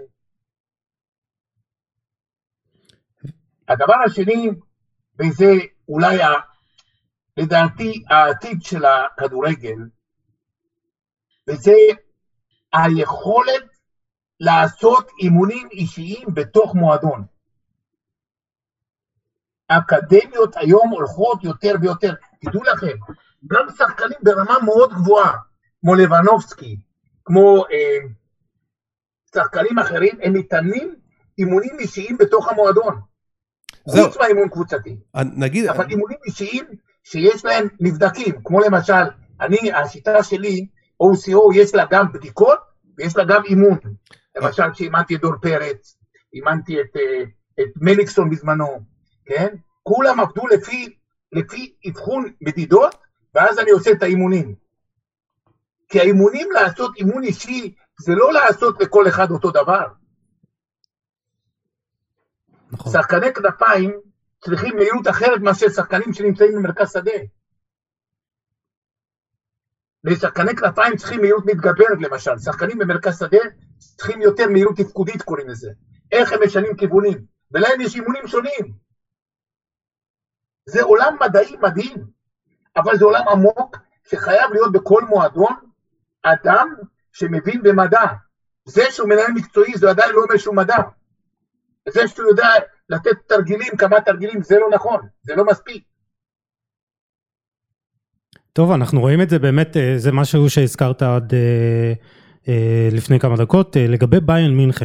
הדבר השני, וזה אולי, לדעתי, העתיד של הכדורגל, וזה היכולת לעשות אימונים אישיים בתוך מועדון. האקדמיות היום הולכות יותר ויותר. תדעו לכם, גם שחקנים ברמה מאוד גבוהה, כמו לבנובסקי, כמו אה, שחקנים אחרים, הם ניתנים אימונים אישיים בתוך המועדון. חוץ מהאימון קבוצתי. נגיד... אבל אימונים אישיים שיש להם נבדקים, כמו למשל, אני, השיטה שלי, או סי או, יש לה גם בדיקות, ויש לה גם אימון. למשל, שאימנתי את דור פרץ, אימנתי את, את מליקסון בזמנו, כן? כולם עבדו לפי, לפי אבחון מדידות, ואז אני עושה את האימונים. כי האימונים לעשות אימון אישי, זה לא לעשות לכל אחד אותו דבר. נכון. שחקני כנפיים צריכים מהירות אחרת מאשר שחקנים שנמצאים במרכז שדה. לשחקני כנפיים צריכים מהירות מתגברת למשל. שחקנים במרכז שדה צריכים יותר מהירות תפקודית קוראים לזה. איך הם משנים כיוונים. ולהם יש אימונים שונים. זה עולם מדעי מדהים. אבל זה עולם עמוק שחייב להיות בכל מועדון אדם שמבין במדע. זה שהוא מנהל מקצועי זה עדיין לא אומר שהוא מדע. זה שהוא יודע לתת תרגילים, כמה תרגילים, זה לא נכון. זה לא מספיק. טוב, אנחנו רואים את זה באמת, זה משהו שהזכרת עד אה, לפני כמה דקות, אה, לגבי ביירן מינכן.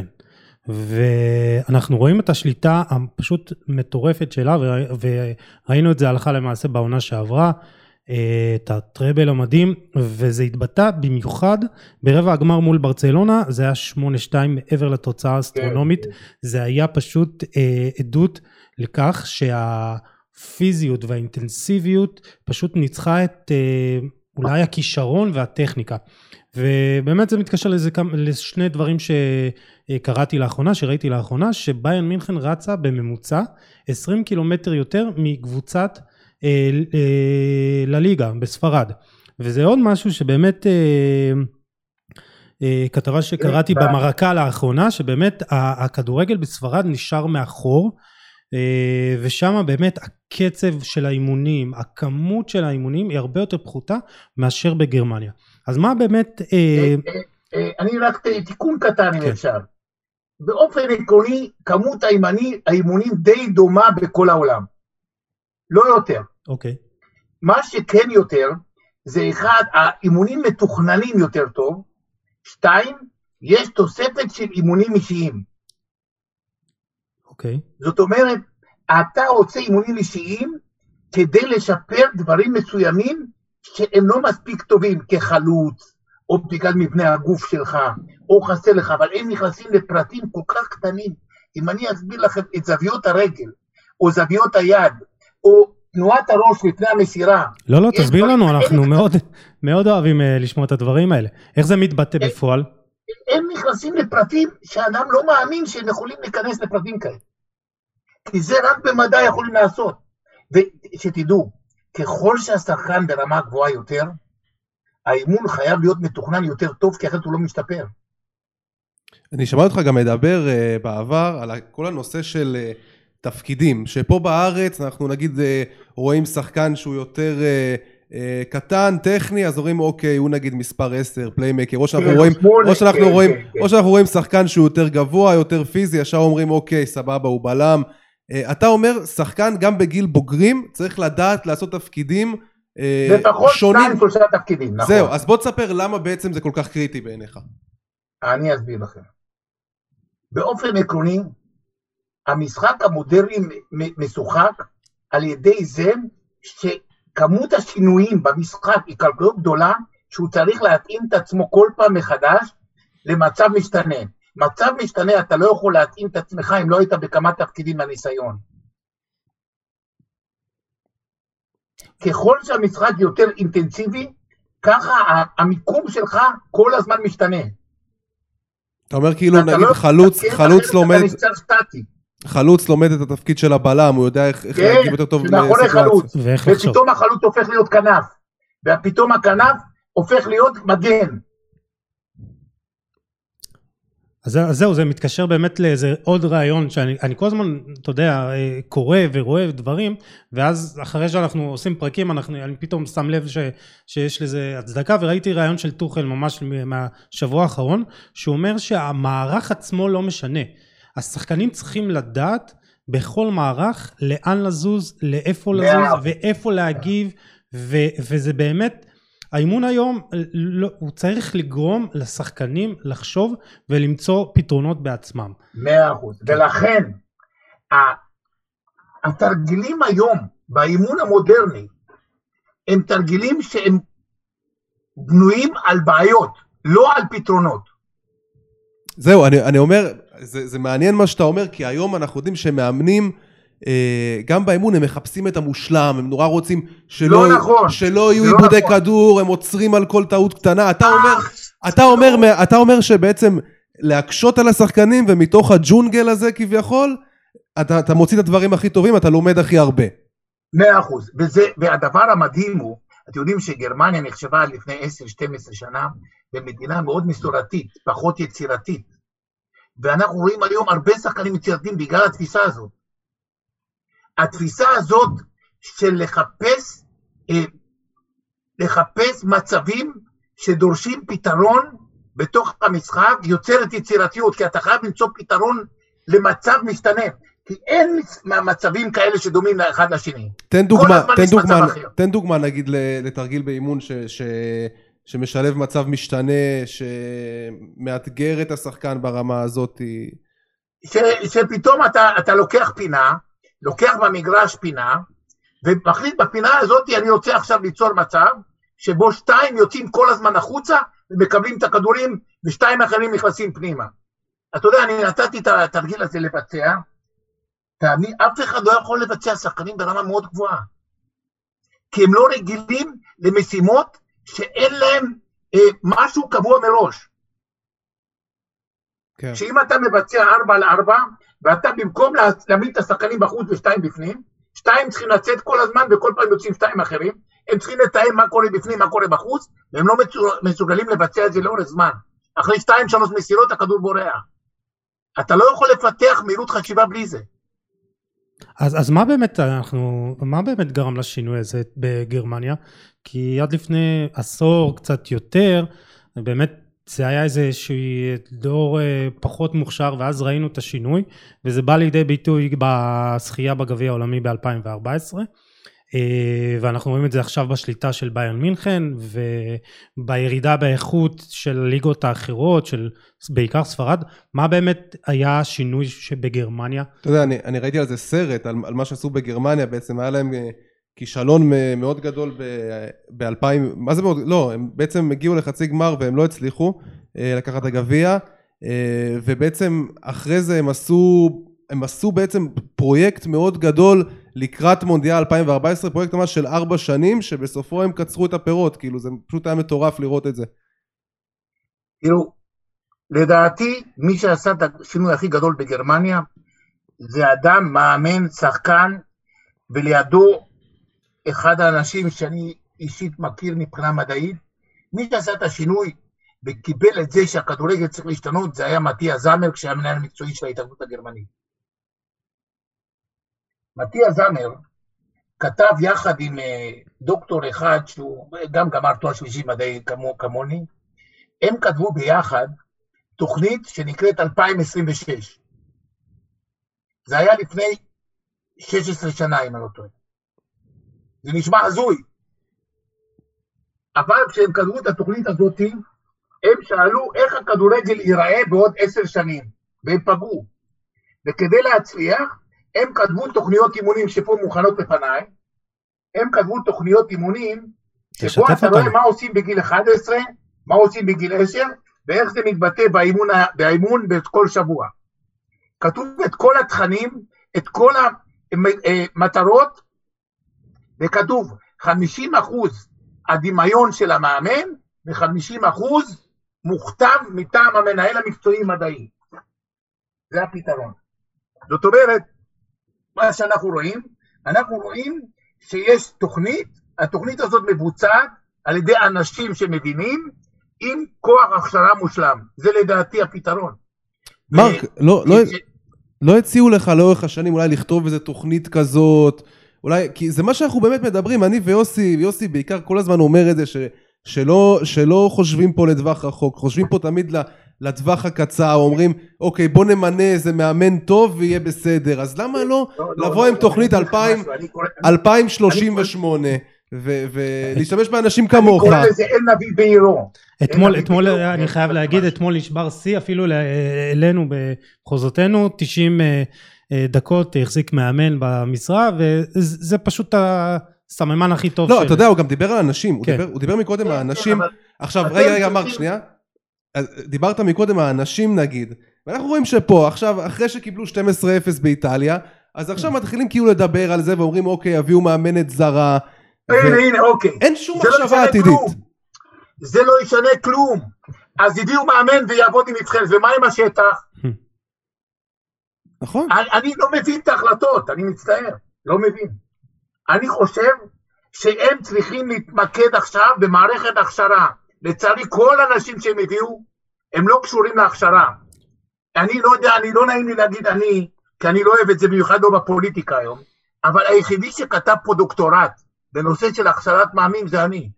ואנחנו רואים את השליטה הפשוט מטורפת שלה, וראינו את זה הלכה למעשה בעונה שעברה, אה, את הטראבל המדהים, וזה התבטא במיוחד ברבע הגמר מול ברצלונה, זה היה שמונה שתיים מעבר לתוצאה האסטרונומית, זה היה פשוט אה, עדות לכך שה... פיזיות והאינטנסיביות פשוט ניצחה את אה, אולי הכישרון והטכניקה. ובאמת זה מתקשר לזה, לשני דברים שקראתי לאחרונה, שראיתי לאחרונה, שביירן מינכן רצה בממוצע עשרים קילומטר יותר מקבוצת אה, אה, לליגה בספרד. וזה עוד משהו שבאמת אה, אה, כתבה שקראתי במרקה לאחרונה, שבאמת הכדורגל בספרד נשאר מאחור, ושם באמת הקצב של האימונים, הכמות של האימונים היא הרבה יותר פחותה מאשר בגרמניה. אז מה באמת... אני רק תיקון קטן אם אפשר. באופן עקרוני, כמות האימונים די דומה בכל העולם. לא יותר. אוקיי. מה שכן יותר, זה אחד, האימונים מתוכננים יותר טוב, שתיים, יש תוספת של אימונים אישיים. Okay. זאת אומרת, אתה רוצה אימונים אישיים כדי לשפר דברים מסוימים שהם לא מספיק טובים כחלוץ, או בגלל מבנה הגוף שלך, או חסר לך, אבל הם נכנסים לפרטים כל כך קטנים. אם אני אסביר לכם את זוויות הרגל, או זוויות היד, או תנועת הראש לפני המסירה. לא, לא, תסביר לנו, אנחנו מאוד, מאוד אוהבים לשמוע את הדברים האלה. איך זה מתבטא בפועל? הם נכנסים לפרטים שאדם לא מאמין שהם יכולים להיכנס לפרטים כאלה. כי זה רק במדע יכולים לעשות. ושתדעו, ככל שהשחקן ברמה גבוהה יותר, האימון חייב להיות מתוכנן יותר טוב, כי אחרת הוא לא משתפר. אני שמע אותך גם מדבר uh, בעבר על כל הנושא של uh, תפקידים, שפה בארץ אנחנו נגיד uh, רואים שחקן שהוא יותר uh, uh, קטן, טכני, אז רואים אוקיי, הוא נגיד מספר עשר, פליימקר, או שאנחנו רואים, או שאנחנו רואים, או שאנחנו רואים שחקן שהוא יותר גבוה, יותר פיזי, ישר אומרים אוקיי, סבבה, הוא בלם. Uh, אתה אומר, שחקן גם בגיל בוגרים צריך לדעת לעשות תפקידים uh, לפחות שונים. שתיים שלושה תפקידים, נכון. זהו, אז בוא תספר למה בעצם זה כל כך קריטי בעיניך. אני אסביר לכם. באופן עקרוני, המשחק המודרני משוחק על ידי זה שכמות השינויים במשחק היא כל כך גדולה, שהוא צריך להתאים את עצמו כל פעם מחדש למצב משתנה. מצב משתנה, אתה לא יכול להתאים את עצמך אם לא היית בכמה תפקידים מהניסיון. ככל שהמשחק יותר אינטנסיבי, ככה המיקום שלך כל הזמן משתנה. אתה אומר כאילו נגיד חלוץ, חלוץ לומד, חלוץ לומד את התפקיד של הבלם, הוא יודע איך להגיב יותר טוב לסיטואציה. ופתאום החלוץ הופך להיות כנף, ופתאום הכנף הופך להיות מגן. אז זהו, זה מתקשר באמת לאיזה עוד רעיון שאני אני כל הזמן, אתה יודע, קורא ורואה דברים, ואז אחרי שאנחנו עושים פרקים, אנחנו, אני פתאום שם לב ש, שיש לזה הצדקה, וראיתי רעיון של טוחל ממש מהשבוע האחרון, שהוא אומר שהמערך עצמו לא משנה. השחקנים צריכים לדעת בכל מערך לאן לזוז, לאיפה לזוז, ואיפה להגיב, ו, וזה באמת, האימון היום לא, הוא צריך לגרום לשחקנים לחשוב ולמצוא פתרונות בעצמם. מאה אחוז. ולכן התרגילים היום באימון המודרני הם תרגילים שהם בנויים על בעיות, לא על פתרונות. זהו, אני, אני אומר, זה, זה מעניין מה שאתה אומר, כי היום אנחנו יודעים שמאמנים גם באימון הם מחפשים את המושלם, הם נורא רוצים שלא, לא נכון, שלא יהיו עיבודי נכון. כדור, הם עוצרים על כל טעות קטנה. אתה אומר, אתה אומר, אתה אומר שבעצם להקשות על השחקנים ומתוך הג'ונגל הזה כביכול, אתה, אתה מוציא את הדברים הכי טובים, אתה לומד הכי הרבה. מאה אחוז. וזה, והדבר המדהים הוא, אתם יודעים שגרמניה נחשבה לפני עשר שתים עשרה שנה במדינה מאוד מסורתית, פחות יצירתית. ואנחנו רואים היום הרבה שחקנים יצירתיים בגלל התפיסה הזאת. התפיסה הזאת של לחפש, אה, לחפש מצבים שדורשים פתרון בתוך המשחק, יוצרת יצירתיות, כי אתה חייב למצוא פתרון למצב משתנה, כי אין מצבים כאלה שדומים לאחד לשני. תן דוגמה, תן דוגמה, תן דוגמה נגיד לתרגיל באימון ש, ש, שמשלב מצב משתנה, שמאתגר את השחקן ברמה הזאת. ש, שפתאום אתה, אתה לוקח פינה, לוקח במגרש פינה, ומחליט בפינה הזאת אני רוצה עכשיו ליצור מצב, שבו שתיים יוצאים כל הזמן החוצה, ומקבלים את הכדורים, ושתיים אחרים נכנסים פנימה. אתה יודע, אני נתתי את התרגיל הזה לבצע, תאמין, אף אחד לא יכול לבצע שחקנים ברמה מאוד גבוהה, כי הם לא רגילים למשימות, שאין להם אה, משהו קבוע מראש. כן. שאם אתה מבצע ארבע על ארבע, ואתה במקום להעמיד את השחקנים בחוץ ושתיים בפנים, שתיים צריכים לצאת כל הזמן וכל פעם יוצאים שתיים אחרים, הם צריכים לתאם מה קורה בפנים, מה קורה בחוץ, והם לא מסוגלים לבצע את זה לאורך זמן. אחרי שתיים, שלוש מסירות, הכדור בורח. אתה לא יכול לפתח מהירות חשיבה בלי זה. אז, אז מה באמת אנחנו, מה באמת גרם לשינוי הזה בגרמניה? כי עד לפני עשור קצת יותר, באמת זה היה איזשהו דור פחות מוכשר, ואז ראינו את השינוי, וזה בא לידי ביטוי בשחייה בגביע העולמי ב-אלפיים וארבע עשרה, ואנחנו רואים את זה עכשיו בשליטה של ביירן מינכן, ובירידה באיכות של הליגות האחרות, של בעיקר ספרד. מה באמת היה השינוי שבגרמניה? אתה יודע, אני, אני ראיתי על זה סרט, על, על מה שעשו בגרמניה, בעצם היה להם כישלון מאוד גדול ב-אלפיים, מה זה מאוד, לא, הם בעצם הגיעו לחצי גמר והם לא הצליחו לקחת את הגביע, ובעצם אחרי זה הם עשו, הם עשו בעצם פרויקט מאוד גדול לקראת מונדיאל אלפיים וארבע עשרה, פרויקט ממש של ארבע שנים, שבסופו הם קצרו את הפירות, כאילו זה פשוט היה מטורף לראות את זה. תראו, לדעתי, מי שעשה את השינוי הכי גדול בגרמניה, זה אדם, מאמן, שחקן, ולידו אחד האנשים שאני אישית מכיר מבחינה מדעית, מי שעשה את השינוי, וקיבל את זה שהכדורגל צריך להשתנות, זה היה מתיה זמר, כשהיה מנהל המקצועי של ההתאחדות הגרמנית. מתיה זמר כתב יחד עם דוקטור אחד, שהוא גם גמר תואר שלישי מדעי כמו, כמוני, הם כתבו ביחד תוכנית שנקראת אלפיים עשרים ושש. זה היה לפני שש עשרה שנה, אם אני לא טועה. זה נשמע הזוי. אבל כשהם כתבו את התוכנית הזאת, הם שאלו איך הכדורגל ייראה בעוד עשר שנים, והם פגעו. וכדי להצליח, הם כתבו תוכניות אימונים שפה מוכנות לפניי, הם כתבו תוכניות אימונים, שבו אתה רואה מה עושים בגיל אחת עשרה, מה עושים בגיל עשר, ואיך זה מתבטא באימון, באימון בכל שבוע. כתוב את כל התכנים, את כל המטרות, וכתוב חמישים אחוז הדמיון של המאמן, ו-חמישים אחוז מוכתב מטעם המנהל המקצועי מדעי. זה הפתרון. זאת אומרת, מה שאנחנו רואים, אנחנו רואים שיש תוכנית, התוכנית הזאת מבוצעת על ידי אנשים שמבינים, עם כוח הכשרה מושלם. זה לדעתי הפתרון. מרק, לא, לא, לא הציעו לך לאורך השנים אולי לכתוב איזו תוכנית כזאת, אולי, כי זה מה שאנחנו באמת מדברים, אני ויוסי, ויוסי בעיקר כל הזמן אומר את זה, ש, שלא, שלא חושבים פה לטווח רחוק, חושבים פה תמיד לטווח הקצר, אומרים, אוקיי, בוא נמנה איזה מאמן טוב ויהיה בסדר, אז למה לא לבוא עם תוכנית אלפיים שלושים ושמונה, ולהשתמש באנשים כמוך? אני קורא לזה אין נביא בעירו. אתמול, אתמול, אני חייב להגיד, אתמול נשבר שיא, אפילו אלינו במחוזותינו, תשעים דקות החזיק מאמן במשרה, וזה פשוט הסממן הכי טוב. לא, אתה יודע, הוא גם דיבר על אנשים, הוא דיבר מקודם על אנשים, עכשיו, רגע, רגע, מרק, שנייה, דיברת מקודם על אנשים נגיד, ואנחנו רואים שפה, עכשיו, אחרי שקיבלו שתים עשרה אפס באיטליה, אז עכשיו מתחילים כאילו לדבר על זה, ואומרים, אוקיי, הביאו מאמנת זרה, הנה, הנה, אוקיי. אין שום מחשבה עתידית. זה לא ישנה כלום. אז הביאו מאמן ויעבוד עם נבחרת, ומה עם השטח? נכון. אני לא מבין את ההחלטות, אני מצטער, לא מבין. אני חושב שהם צריכים להתמקד עכשיו במערכת הכשרה. לצערי, כל האנשים שהם הביאו, הם לא קשורים להכשרה. אני לא יודע, אני לא נעים לי להגיד אני, כי אני לא אוהב את זה במיוחד לא בפוליטיקה היום, אבל היחידי שכתב פה דוקטורט, בנושא של הכשרת מאמנים זה אני.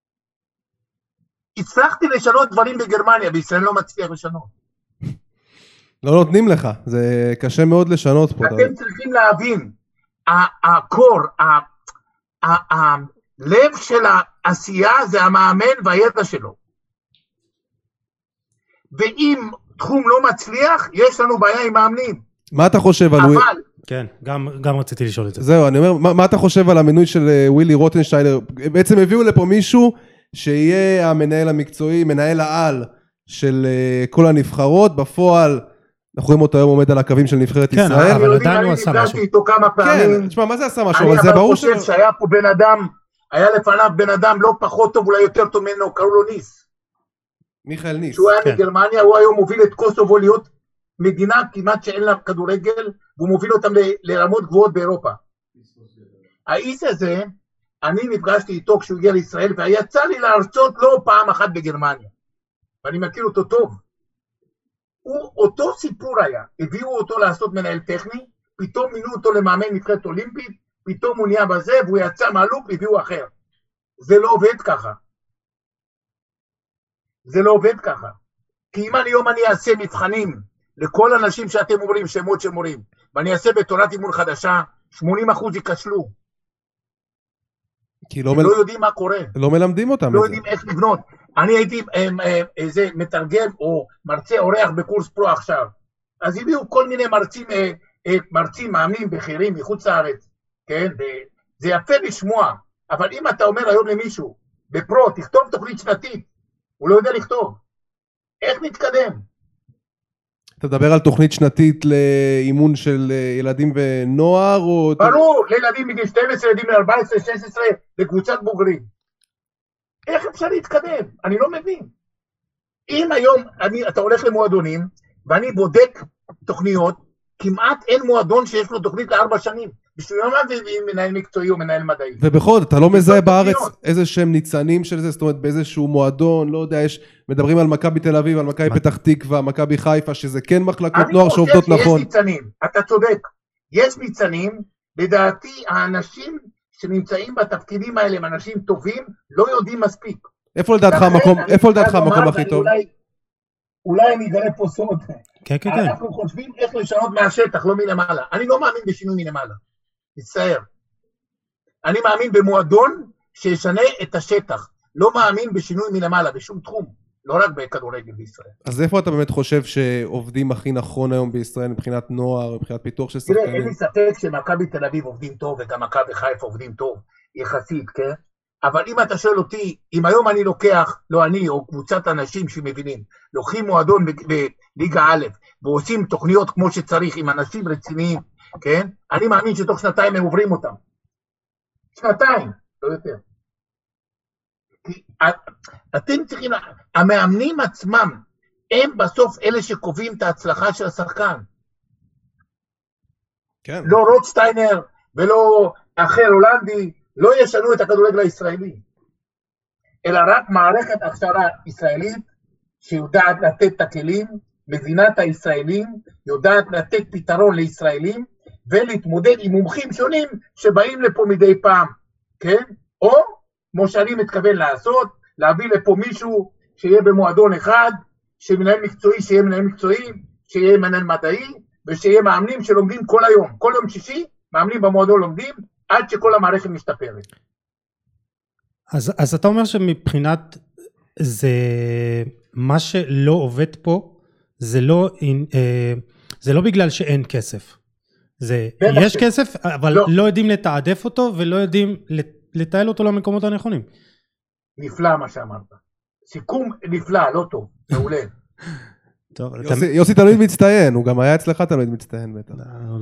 הצלחתי לשנות דברים בגרמניה, בישראל לא מצליח לשנות. לא נותנים לך, זה קשה מאוד לשנות פה. אתם צריכים להבין, הקור, הלב של העשייה זה המאמן והידע שלו. ואם תחום לא מצליח, יש לנו בעיה עם מאמנים. מה אתה חושב על... אבל... כן, גם, גם רציתי לשאול את זה. זהו, אני אומר, מה, מה אתה חושב על המינוי של ווילי רוטנשטיינר? בעצם הביאו לפה מישהו שיהיה המנהל המקצועי, מנהל העל של כל הנבחרות, בפועל, אנחנו רואים אותו היום עומד על הקווים של נבחרת כן, ישראל. כן, אבל עדיין הוא עשה משהו. אני נפגשתי איתו כמה פעמים. כן, תשמע, מה זה עשה משהו? אבל זה ברור אני חושב שהיה פה בן אדם, היה לפניו בן אדם לא פחות טוב, אולי יותר טוב ממנו, קראו לו ניס. מיכאל ניס. שהוא היה בגרמניה, הוא היום מוביל את קוסובו להיות מדינה כמעט שאין לה כדורגל, והוא מוביל אותם לרמות גבוהות באירופה. האיש הזה, אני נפגשתי איתו כשהוא הגיע לישראל, ויצא לי להרצות לא פעם אחת בגרמניה. ואני מכיר אותו טוב. הוא, אותו סיפור היה, הביאו אותו לעשות מנהל טכני, פתאום מינו אותו למאמן נבחרת אולימפית, פתאום הוא נהיה בזה, והוא יצא מהלוק, הביאו אחר. זה לא עובד ככה. זה לא עובד ככה. כי אם היום אני אעשה מבחנים לכל אנשים שאתם אומרים, שמות שמורים, ואני אעשה בתורת אימון חדשה, שמונים אחוז ייכשלו. כי לא, מל... מל... לא יודעים מה קורה. לא מלמדים אותם. לא יודעים איך לבנות. אני הייתי איזה מתרגם או מרצה אורח בקורס פרו עכשיו. אז הביאו כל מיני מרצים, מרצים מאמנים בכירים מחוץ לארץ. כן? זה יפה לשמוע. אבל אם אתה אומר היום למישהו, בפרו, תכתוב תוכנית שנתית, הוא לא יודע לכתוב. איך נתקדם? אתה מדבר על תוכנית שנתית לאימון של ילדים ונוער? או... ברור, לילדים מגיל שתים עשרה, ילדים מ-ארבע עשרה שש עשרה, לקבוצת בוגרים. איך אפשר להתקדם? אני לא מבין. אם היום אני, אתה הולך למועדונים, ואני בודק תוכניות, כמעט אין מועדון שיש לו תוכנית לארבע שנים. שהוא לא מביא מנהל מקצועי או מנהל מדעי. ובכל זאת, אתה לא מזהה בארץ איזה שהם ניצנים של זה, זאת אומרת באיזשהו מועדון, לא יודע, יש, מדברים על מכבי תל אביב, על מכבי פתח תקווה, מכבי חיפה, שזה כן מחלקות נוער שעובדות נכון. אני חושב שיש ניצנים, אתה צודק, יש ניצנים, לדעתי האנשים שנמצאים בתפקידים האלה, הם אנשים טובים, לא יודעים מספיק. איפה לדעתך המקום, איפה לדעתך המקום הכי טוב? אולי אני אגלה פה סוד. כן, כן, כן. אנחנו חושבים איך לשנות מהשטח, לא מלמעלה. אני לא מאמין בשינוי מלמעלה. מצטער. אני מאמין במועדון שישנה את השטח. לא מאמין בשינוי מלמעלה, בשום תחום. לא רק בכדורגל בישראל. אז איפה אתה באמת חושב שעובדים הכי נכון היום בישראל מבחינת נוער, מבחינת פיתוח של שחקנים? תראה, אין לי ספק שמכבי תל אביב עובדים טוב, וגם מכבי חיפה עובדים טוב, יחסית, כן? אבל אם אתה שואל אותי, אם היום אני לוקח, לא אני, או קבוצת אנשים שמבינים, לוקחים מועדון בליגה א', ועושים תוכניות כמו שצריך, עם אנשים רציניים, כן? אני מאמין שתוך שנתיים הם עוברים אותם. שנתיים, לא יותר. כי אתם צריכים, המאמנים עצמם, הם בסוף אלה שקובעים את ההצלחה של השחקן. כן. לא רוטשטיינר, ולא אחר הולנדי, לא ישנו את הכדורגל הישראלי, אלא רק מערכת הכשרה ישראלית שיודעת לתת את הכלים, מבינה את הישראלים, יודעת לתת פתרון לישראלים, ולהתמודד עם מומחים שונים שבאים לפה מדי פעם, כן? או, כמו שאני מתכוון לעשות, להביא לפה מישהו שיהיה במועדון אחד, שמנהל מקצועי, שיהיה מנהל מקצועי, שיהיה מנהל מדעי, ושיהיה מאמנים שלומדים כל היום. כל יום שישי, מאמנים במועדון לומדים, עד שכל המערכת משתפרת. אז, אז אתה אומר שמבחינת זה, מה שלא עובד פה, זה לא, זה לא בגלל שאין כסף. זה, יש כסף, אבל לא. לא יודעים לתעדף אותו, ולא יודעים לטייל אותו למקומות הנכונים. נפלא מה שאמרת. סיכום נפלא, לא טוב, מעולה. טוב, יוסי תלמיד מצטיין, הוא גם היה אצלך תלמיד מצטיין בטח.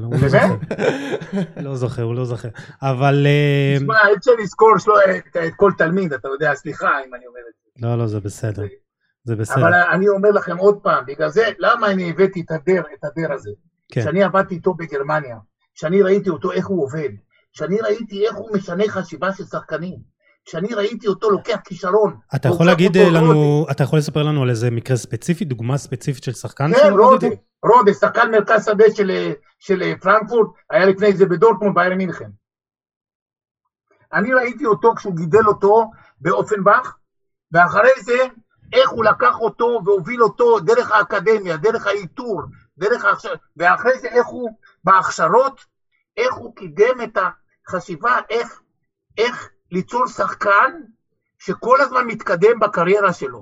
לא זוכר, הוא לא זוכר. אבל... תשמע, אפשר לזכור את כל תלמיד, אתה יודע, סליחה אם אני אומר את זה. לא, לא, זה בסדר. זה בסדר. אבל אני אומר לכם עוד פעם, בגלל זה, למה אני הבאתי את הדר, את הדר הזה? כשאני עבדתי איתו בגרמניה, כשאני ראיתי אותו איך הוא עובד, כשאני ראיתי איך הוא משנה חשיבה של שחקנים, כשאני ראיתי אותו לוקח כישרון. אתה יכול להגיד לנו, אתה יכול לספר לנו על איזה מקרה ספציפי, דוגמה ספציפית של שחקן? כן, רודי, רודי, שחקן מרכז שדה של פרנקפורט, היה לפני זה בדורטמונד ביירן מינכן. אני ראיתי אותו כשהוא גידל אותו באופנבך, ואחרי זה, איך הוא לקח אותו והוביל אותו דרך האקדמיה, דרך האיתור, דרך ההכשרות, ואחרי זה איך הוא בהכשרות, איך הוא קידם את החשיבה, איך, איך ליצור שחקן שכל הזמן מתקדם בקריירה שלו.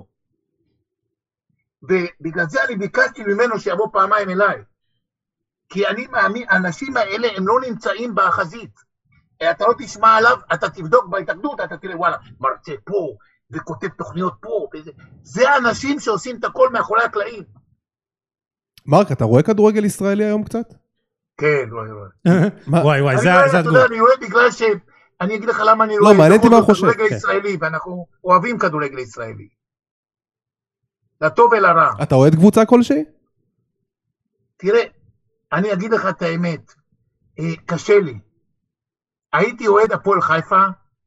ובגלל זה אני ביקשתי ממנו שיבוא פעמיים אליי. כי אני מאמין, האנשים האלה הם לא נמצאים בחזית. אתה לא תשמע עליו, אתה תבדוק בהתאגדות, אתה תראה וואלה, מרצה פה, וכותב תוכניות פה, וזה. זה האנשים שעושים את הכל מאחורי הקלעים. מרק, אתה רואה כדורגל ישראלי היום קצת? כן, רואה, רואה. וואי, וואי, זה התגובה. אני רואה בגלל ש... אני אגיד לך למה אני רואה... לא, מעניין אותי מה הוא חושב. כדורגל ישראלי, ואנחנו אוהבים כדורגל ישראלי. לטוב ולרע. אתה אוהד קבוצה כלשהי? תראה, אני אגיד לך את האמת. קשה לי. הייתי אוהד הפועל חיפה,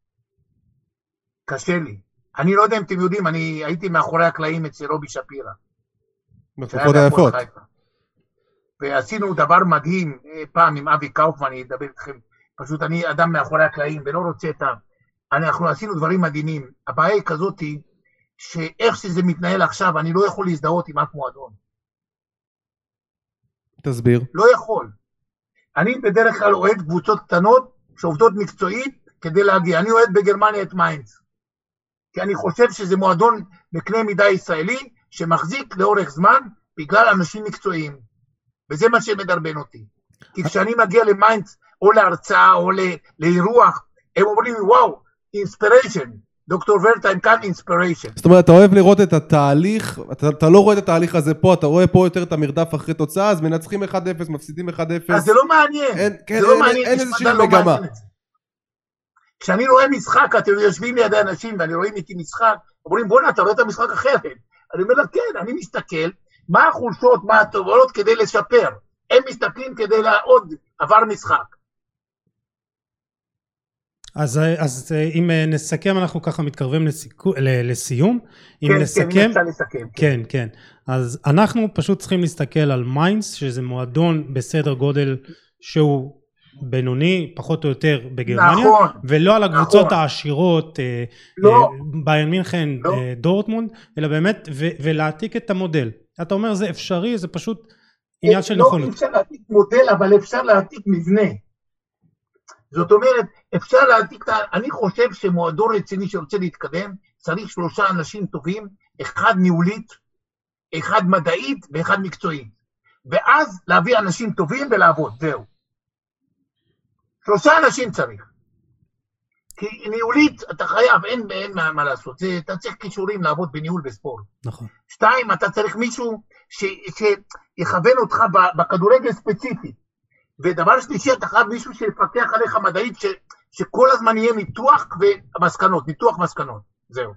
קשה לי. אני לא יודע אם אתם יודעים, אני הייתי מאחורי הקלעים אצל רובי שפירא. בתקופות היפות. ועשינו דבר מדהים פעם עם אבי קאופמן, אני אדבר איתכם. פשוט אני אדם מאחורי הקלעים ולא רוצה את ה... אנחנו עשינו דברים מדהימים. הבעיה היא כזאת, שאיך שזה מתנהל עכשיו, אני לא יכול להזדהות עם אף מועדון. תסביר. לא יכול. אני בדרך כלל אוהד קבוצות קטנות, שעובדות מקצועית כדי להגיע. אני אוהד בגרמניה את מיינץ. כי אני חושב שזה מועדון בקנה מידה ישראלי, שמחזיק לאורך זמן, בגלל אנשים מקצועיים. וזה מה שמדרבן אותי. כי כשאני מגיע למיינץ, או להרצאה, או לאירוח, הם אומרים, וואו, אינספיריישן. דוקטור ורטהיים כאן אינספיריישן. זאת אומרת, אתה אוהב לראות את התהליך, אתה, אתה לא רואה את התהליך הזה פה, אתה רואה פה יותר את המרדף אחרי תוצאה, אז מנצחים אחד אפס, מפסידים אחד אפס. אז זה לא מעניין. אין, כן, זה לא אין, מעניין, אין איזושהי מגמה. לא כשאני רואה משחק, אתם יושבים לידי אנשים, ואני רואים איתי משחק, אומרים, בוא נה, אתה רואה את המשחק אחרת. אני אומר לה, כן, אני מסתכל, מה החולשות, מה הטובות כדי לשפר. הם מסתכלים כדי לעוד עבר משחק. אז, אז אם נסכם, אנחנו ככה מתקרבים לסיכו, לסיום. אם כן, נסכם, כן, אם אפשר לסכם. כן, כן. אז אנחנו פשוט צריכים להסתכל על מיינדס, שזה מועדון בסדר גודל שהוא בינוני, פחות או יותר בגרמניה, נכון, ולא על הקבוצות נכון. העשירות, לא. ביירן מינכן, לא. דורטמונד, אלא באמת, ו- ולהעתיק את המודל. אתה אומר, זה אפשרי, זה פשוט עניין של לא, נכונות. לא אפשר להעתיק מודל, אבל אפשר להעתיק מבנה. זאת אומרת, אפשר להעתיק, אני חושב שמועדון רציני שרוצה להתקדם, צריך שלושה אנשים טובים, אחד ניהולית, אחד מדעית ואחד מקצועית. ואז להביא אנשים טובים ולעבוד, זהו. שלושה אנשים צריך. כי ניהולית אתה חייב, אין, אין מה, מה לעשות, זה, אתה צריך כישורים לעבוד בניהול בספורט. נכון. שתיים, אתה צריך מישהו ש, שיכוון אותך בכדורגל ספציפי. ודבר שלישי, אתה חייב מישהו שיפתח עליך מדעית, ש, שכל הזמן יהיה ניתוח ומסקנות, ניתוח מסקנות, זהו.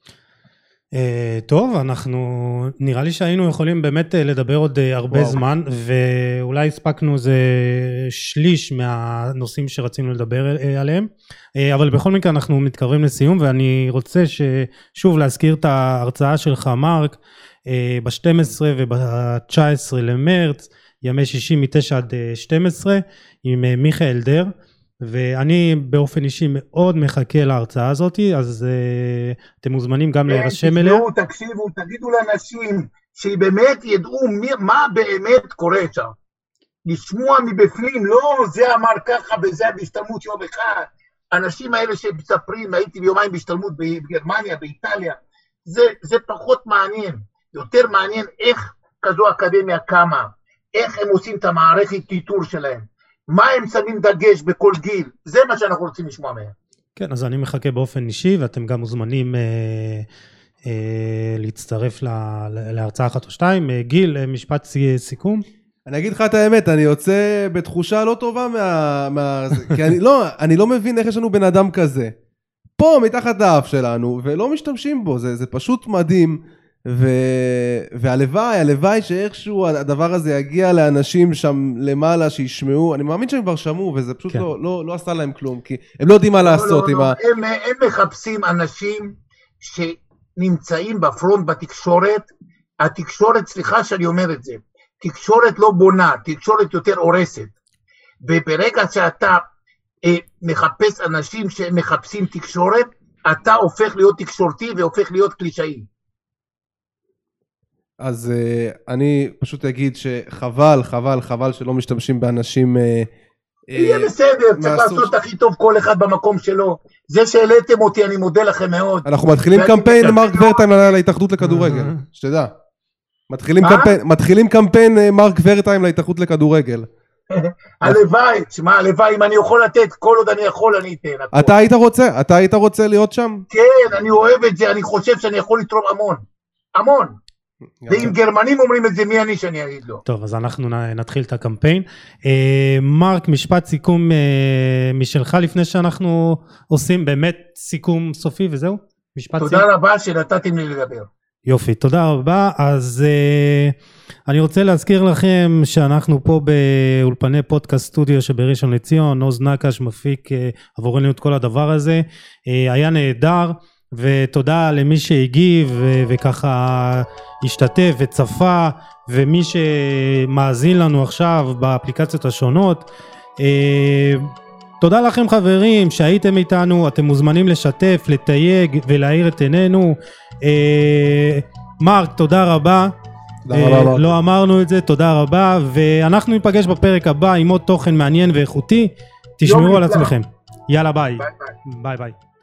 Uh, טוב, אנחנו נראה לי שהיינו יכולים באמת uh, לדבר עוד uh, הרבה וואו. זמן, ואולי הספקנו זה שליש מהנושאים שרצינו לדבר uh, עליהם, uh, אבל בכל מקרה אנחנו מתקרבים לסיום, ואני רוצה ששוב להזכיר את ההרצאה שלך מרק, uh, ב-שתים עשרה וב-תשע עשרה למרץ, ימי שישי מתשע עד שתים עשרה, עם uh, מיכאל דר, ואני באופן אישי מאוד מחכה להרצאה הזאת, אז uh, אתם מוזמנים גם להירשם אליה. תקשיבו, תקשיבו, תגידו לאנשים שבאמת ידעו מי, מה באמת קורה שם. לשמוע מבפנים, לא זה אמר ככה וזה בהשתלמות יום אחד. האנשים האלה שמספרים, הייתי ביומיים בהשתלמות בגרמניה, באיטליה, זה, זה פחות מעניין. יותר מעניין איך כזו אקדמיה קמה, איך הם עושים את המערכת איתור שלהם. מה הם שמים דגש בכל גיל, זה מה שאנחנו רוצים לשמוע מהם. כן, אז אני מחכה באופן אישי, ואתם גם מוזמנים אה, אה, להצטרף לה, להרצאה אחת או שתיים. אה, גיל, משפט סיכום? אני אגיד לך את האמת, אני יוצא בתחושה לא טובה מה... מה כי אני לא, אני לא מבין איך יש לנו בן אדם כזה. פה, מתחת האף שלנו, ולא משתמשים בו, זה, זה פשוט מדהים. ו... והלוואי, הלוואי שאיכשהו הדבר הזה יגיע לאנשים שם למעלה שישמעו, אני מאמין שהם כבר שמעו וזה פשוט כן. לא, לא, לא עשה להם כלום, כי הם לא יודעים מה לא, לעשות. לא, עם לא, ה... הם, הם מחפשים אנשים שנמצאים בפרונט בתקשורת, התקשורת, סליחה שאני אומר את זה, תקשורת לא בונה, תקשורת יותר הורסת, וברגע שאתה אה, מחפש אנשים שמחפשים תקשורת, אתה הופך להיות תקשורתי והופך להיות קלישאי. אז uh, אני פשוט אגיד שחבל, חבל, חבל שלא משתמשים באנשים... Uh, יהיה בסדר, צריך לעשות הכי טוב כל אחד במקום שלו. זה שהעליתם אותי, אני מודה לכם מאוד. אנחנו מתחילים קמפיין מרק ורטיים להתאחדות לכדורגל, שתדע. מתחילים קמפיין מרק ורטיים להתאחדות לכדורגל. הלוואי, תשמע, הלוואי, אם אני יכול לתת, כל עוד אני יכול, אני אתן. אתה היית רוצה? אתה היית רוצה להיות שם? כן, אני אוהב את זה, אני חושב שאני יכול לתרום המון. המון. ואם גרמנים אומרים את זה, מי אני שאני אגיד לו? טוב, אז אנחנו נתחיל את הקמפיין. מרק, משפט סיכום משלך לפני שאנחנו עושים באמת סיכום סופי וזהו? תודה רבה שנתתם לי לדבר. יופי, תודה רבה. אז אני רוצה להזכיר לכם שאנחנו פה באולפני פודקאסט סטודיו שבראשון לציון, עוז נקש מפיק עבורנו את כל הדבר הזה. היה נהדר. ותודה למי שהגיב ו- וככה השתתף וצפה, ומי שמאזין לנו עכשיו באפליקציות השונות. אה, תודה לכם חברים שהייתם איתנו, אתם מוזמנים לשתף, לתייג ולהאיר את עינינו. אה, מרק, תודה רבה. אה, לא אמרנו את זה, תודה רבה, ואנחנו ניפגש בפרק הבא עם עוד תוכן מעניין ואיכותי. תשמרו על עצמכם. יאללה ביי. ביי ביי.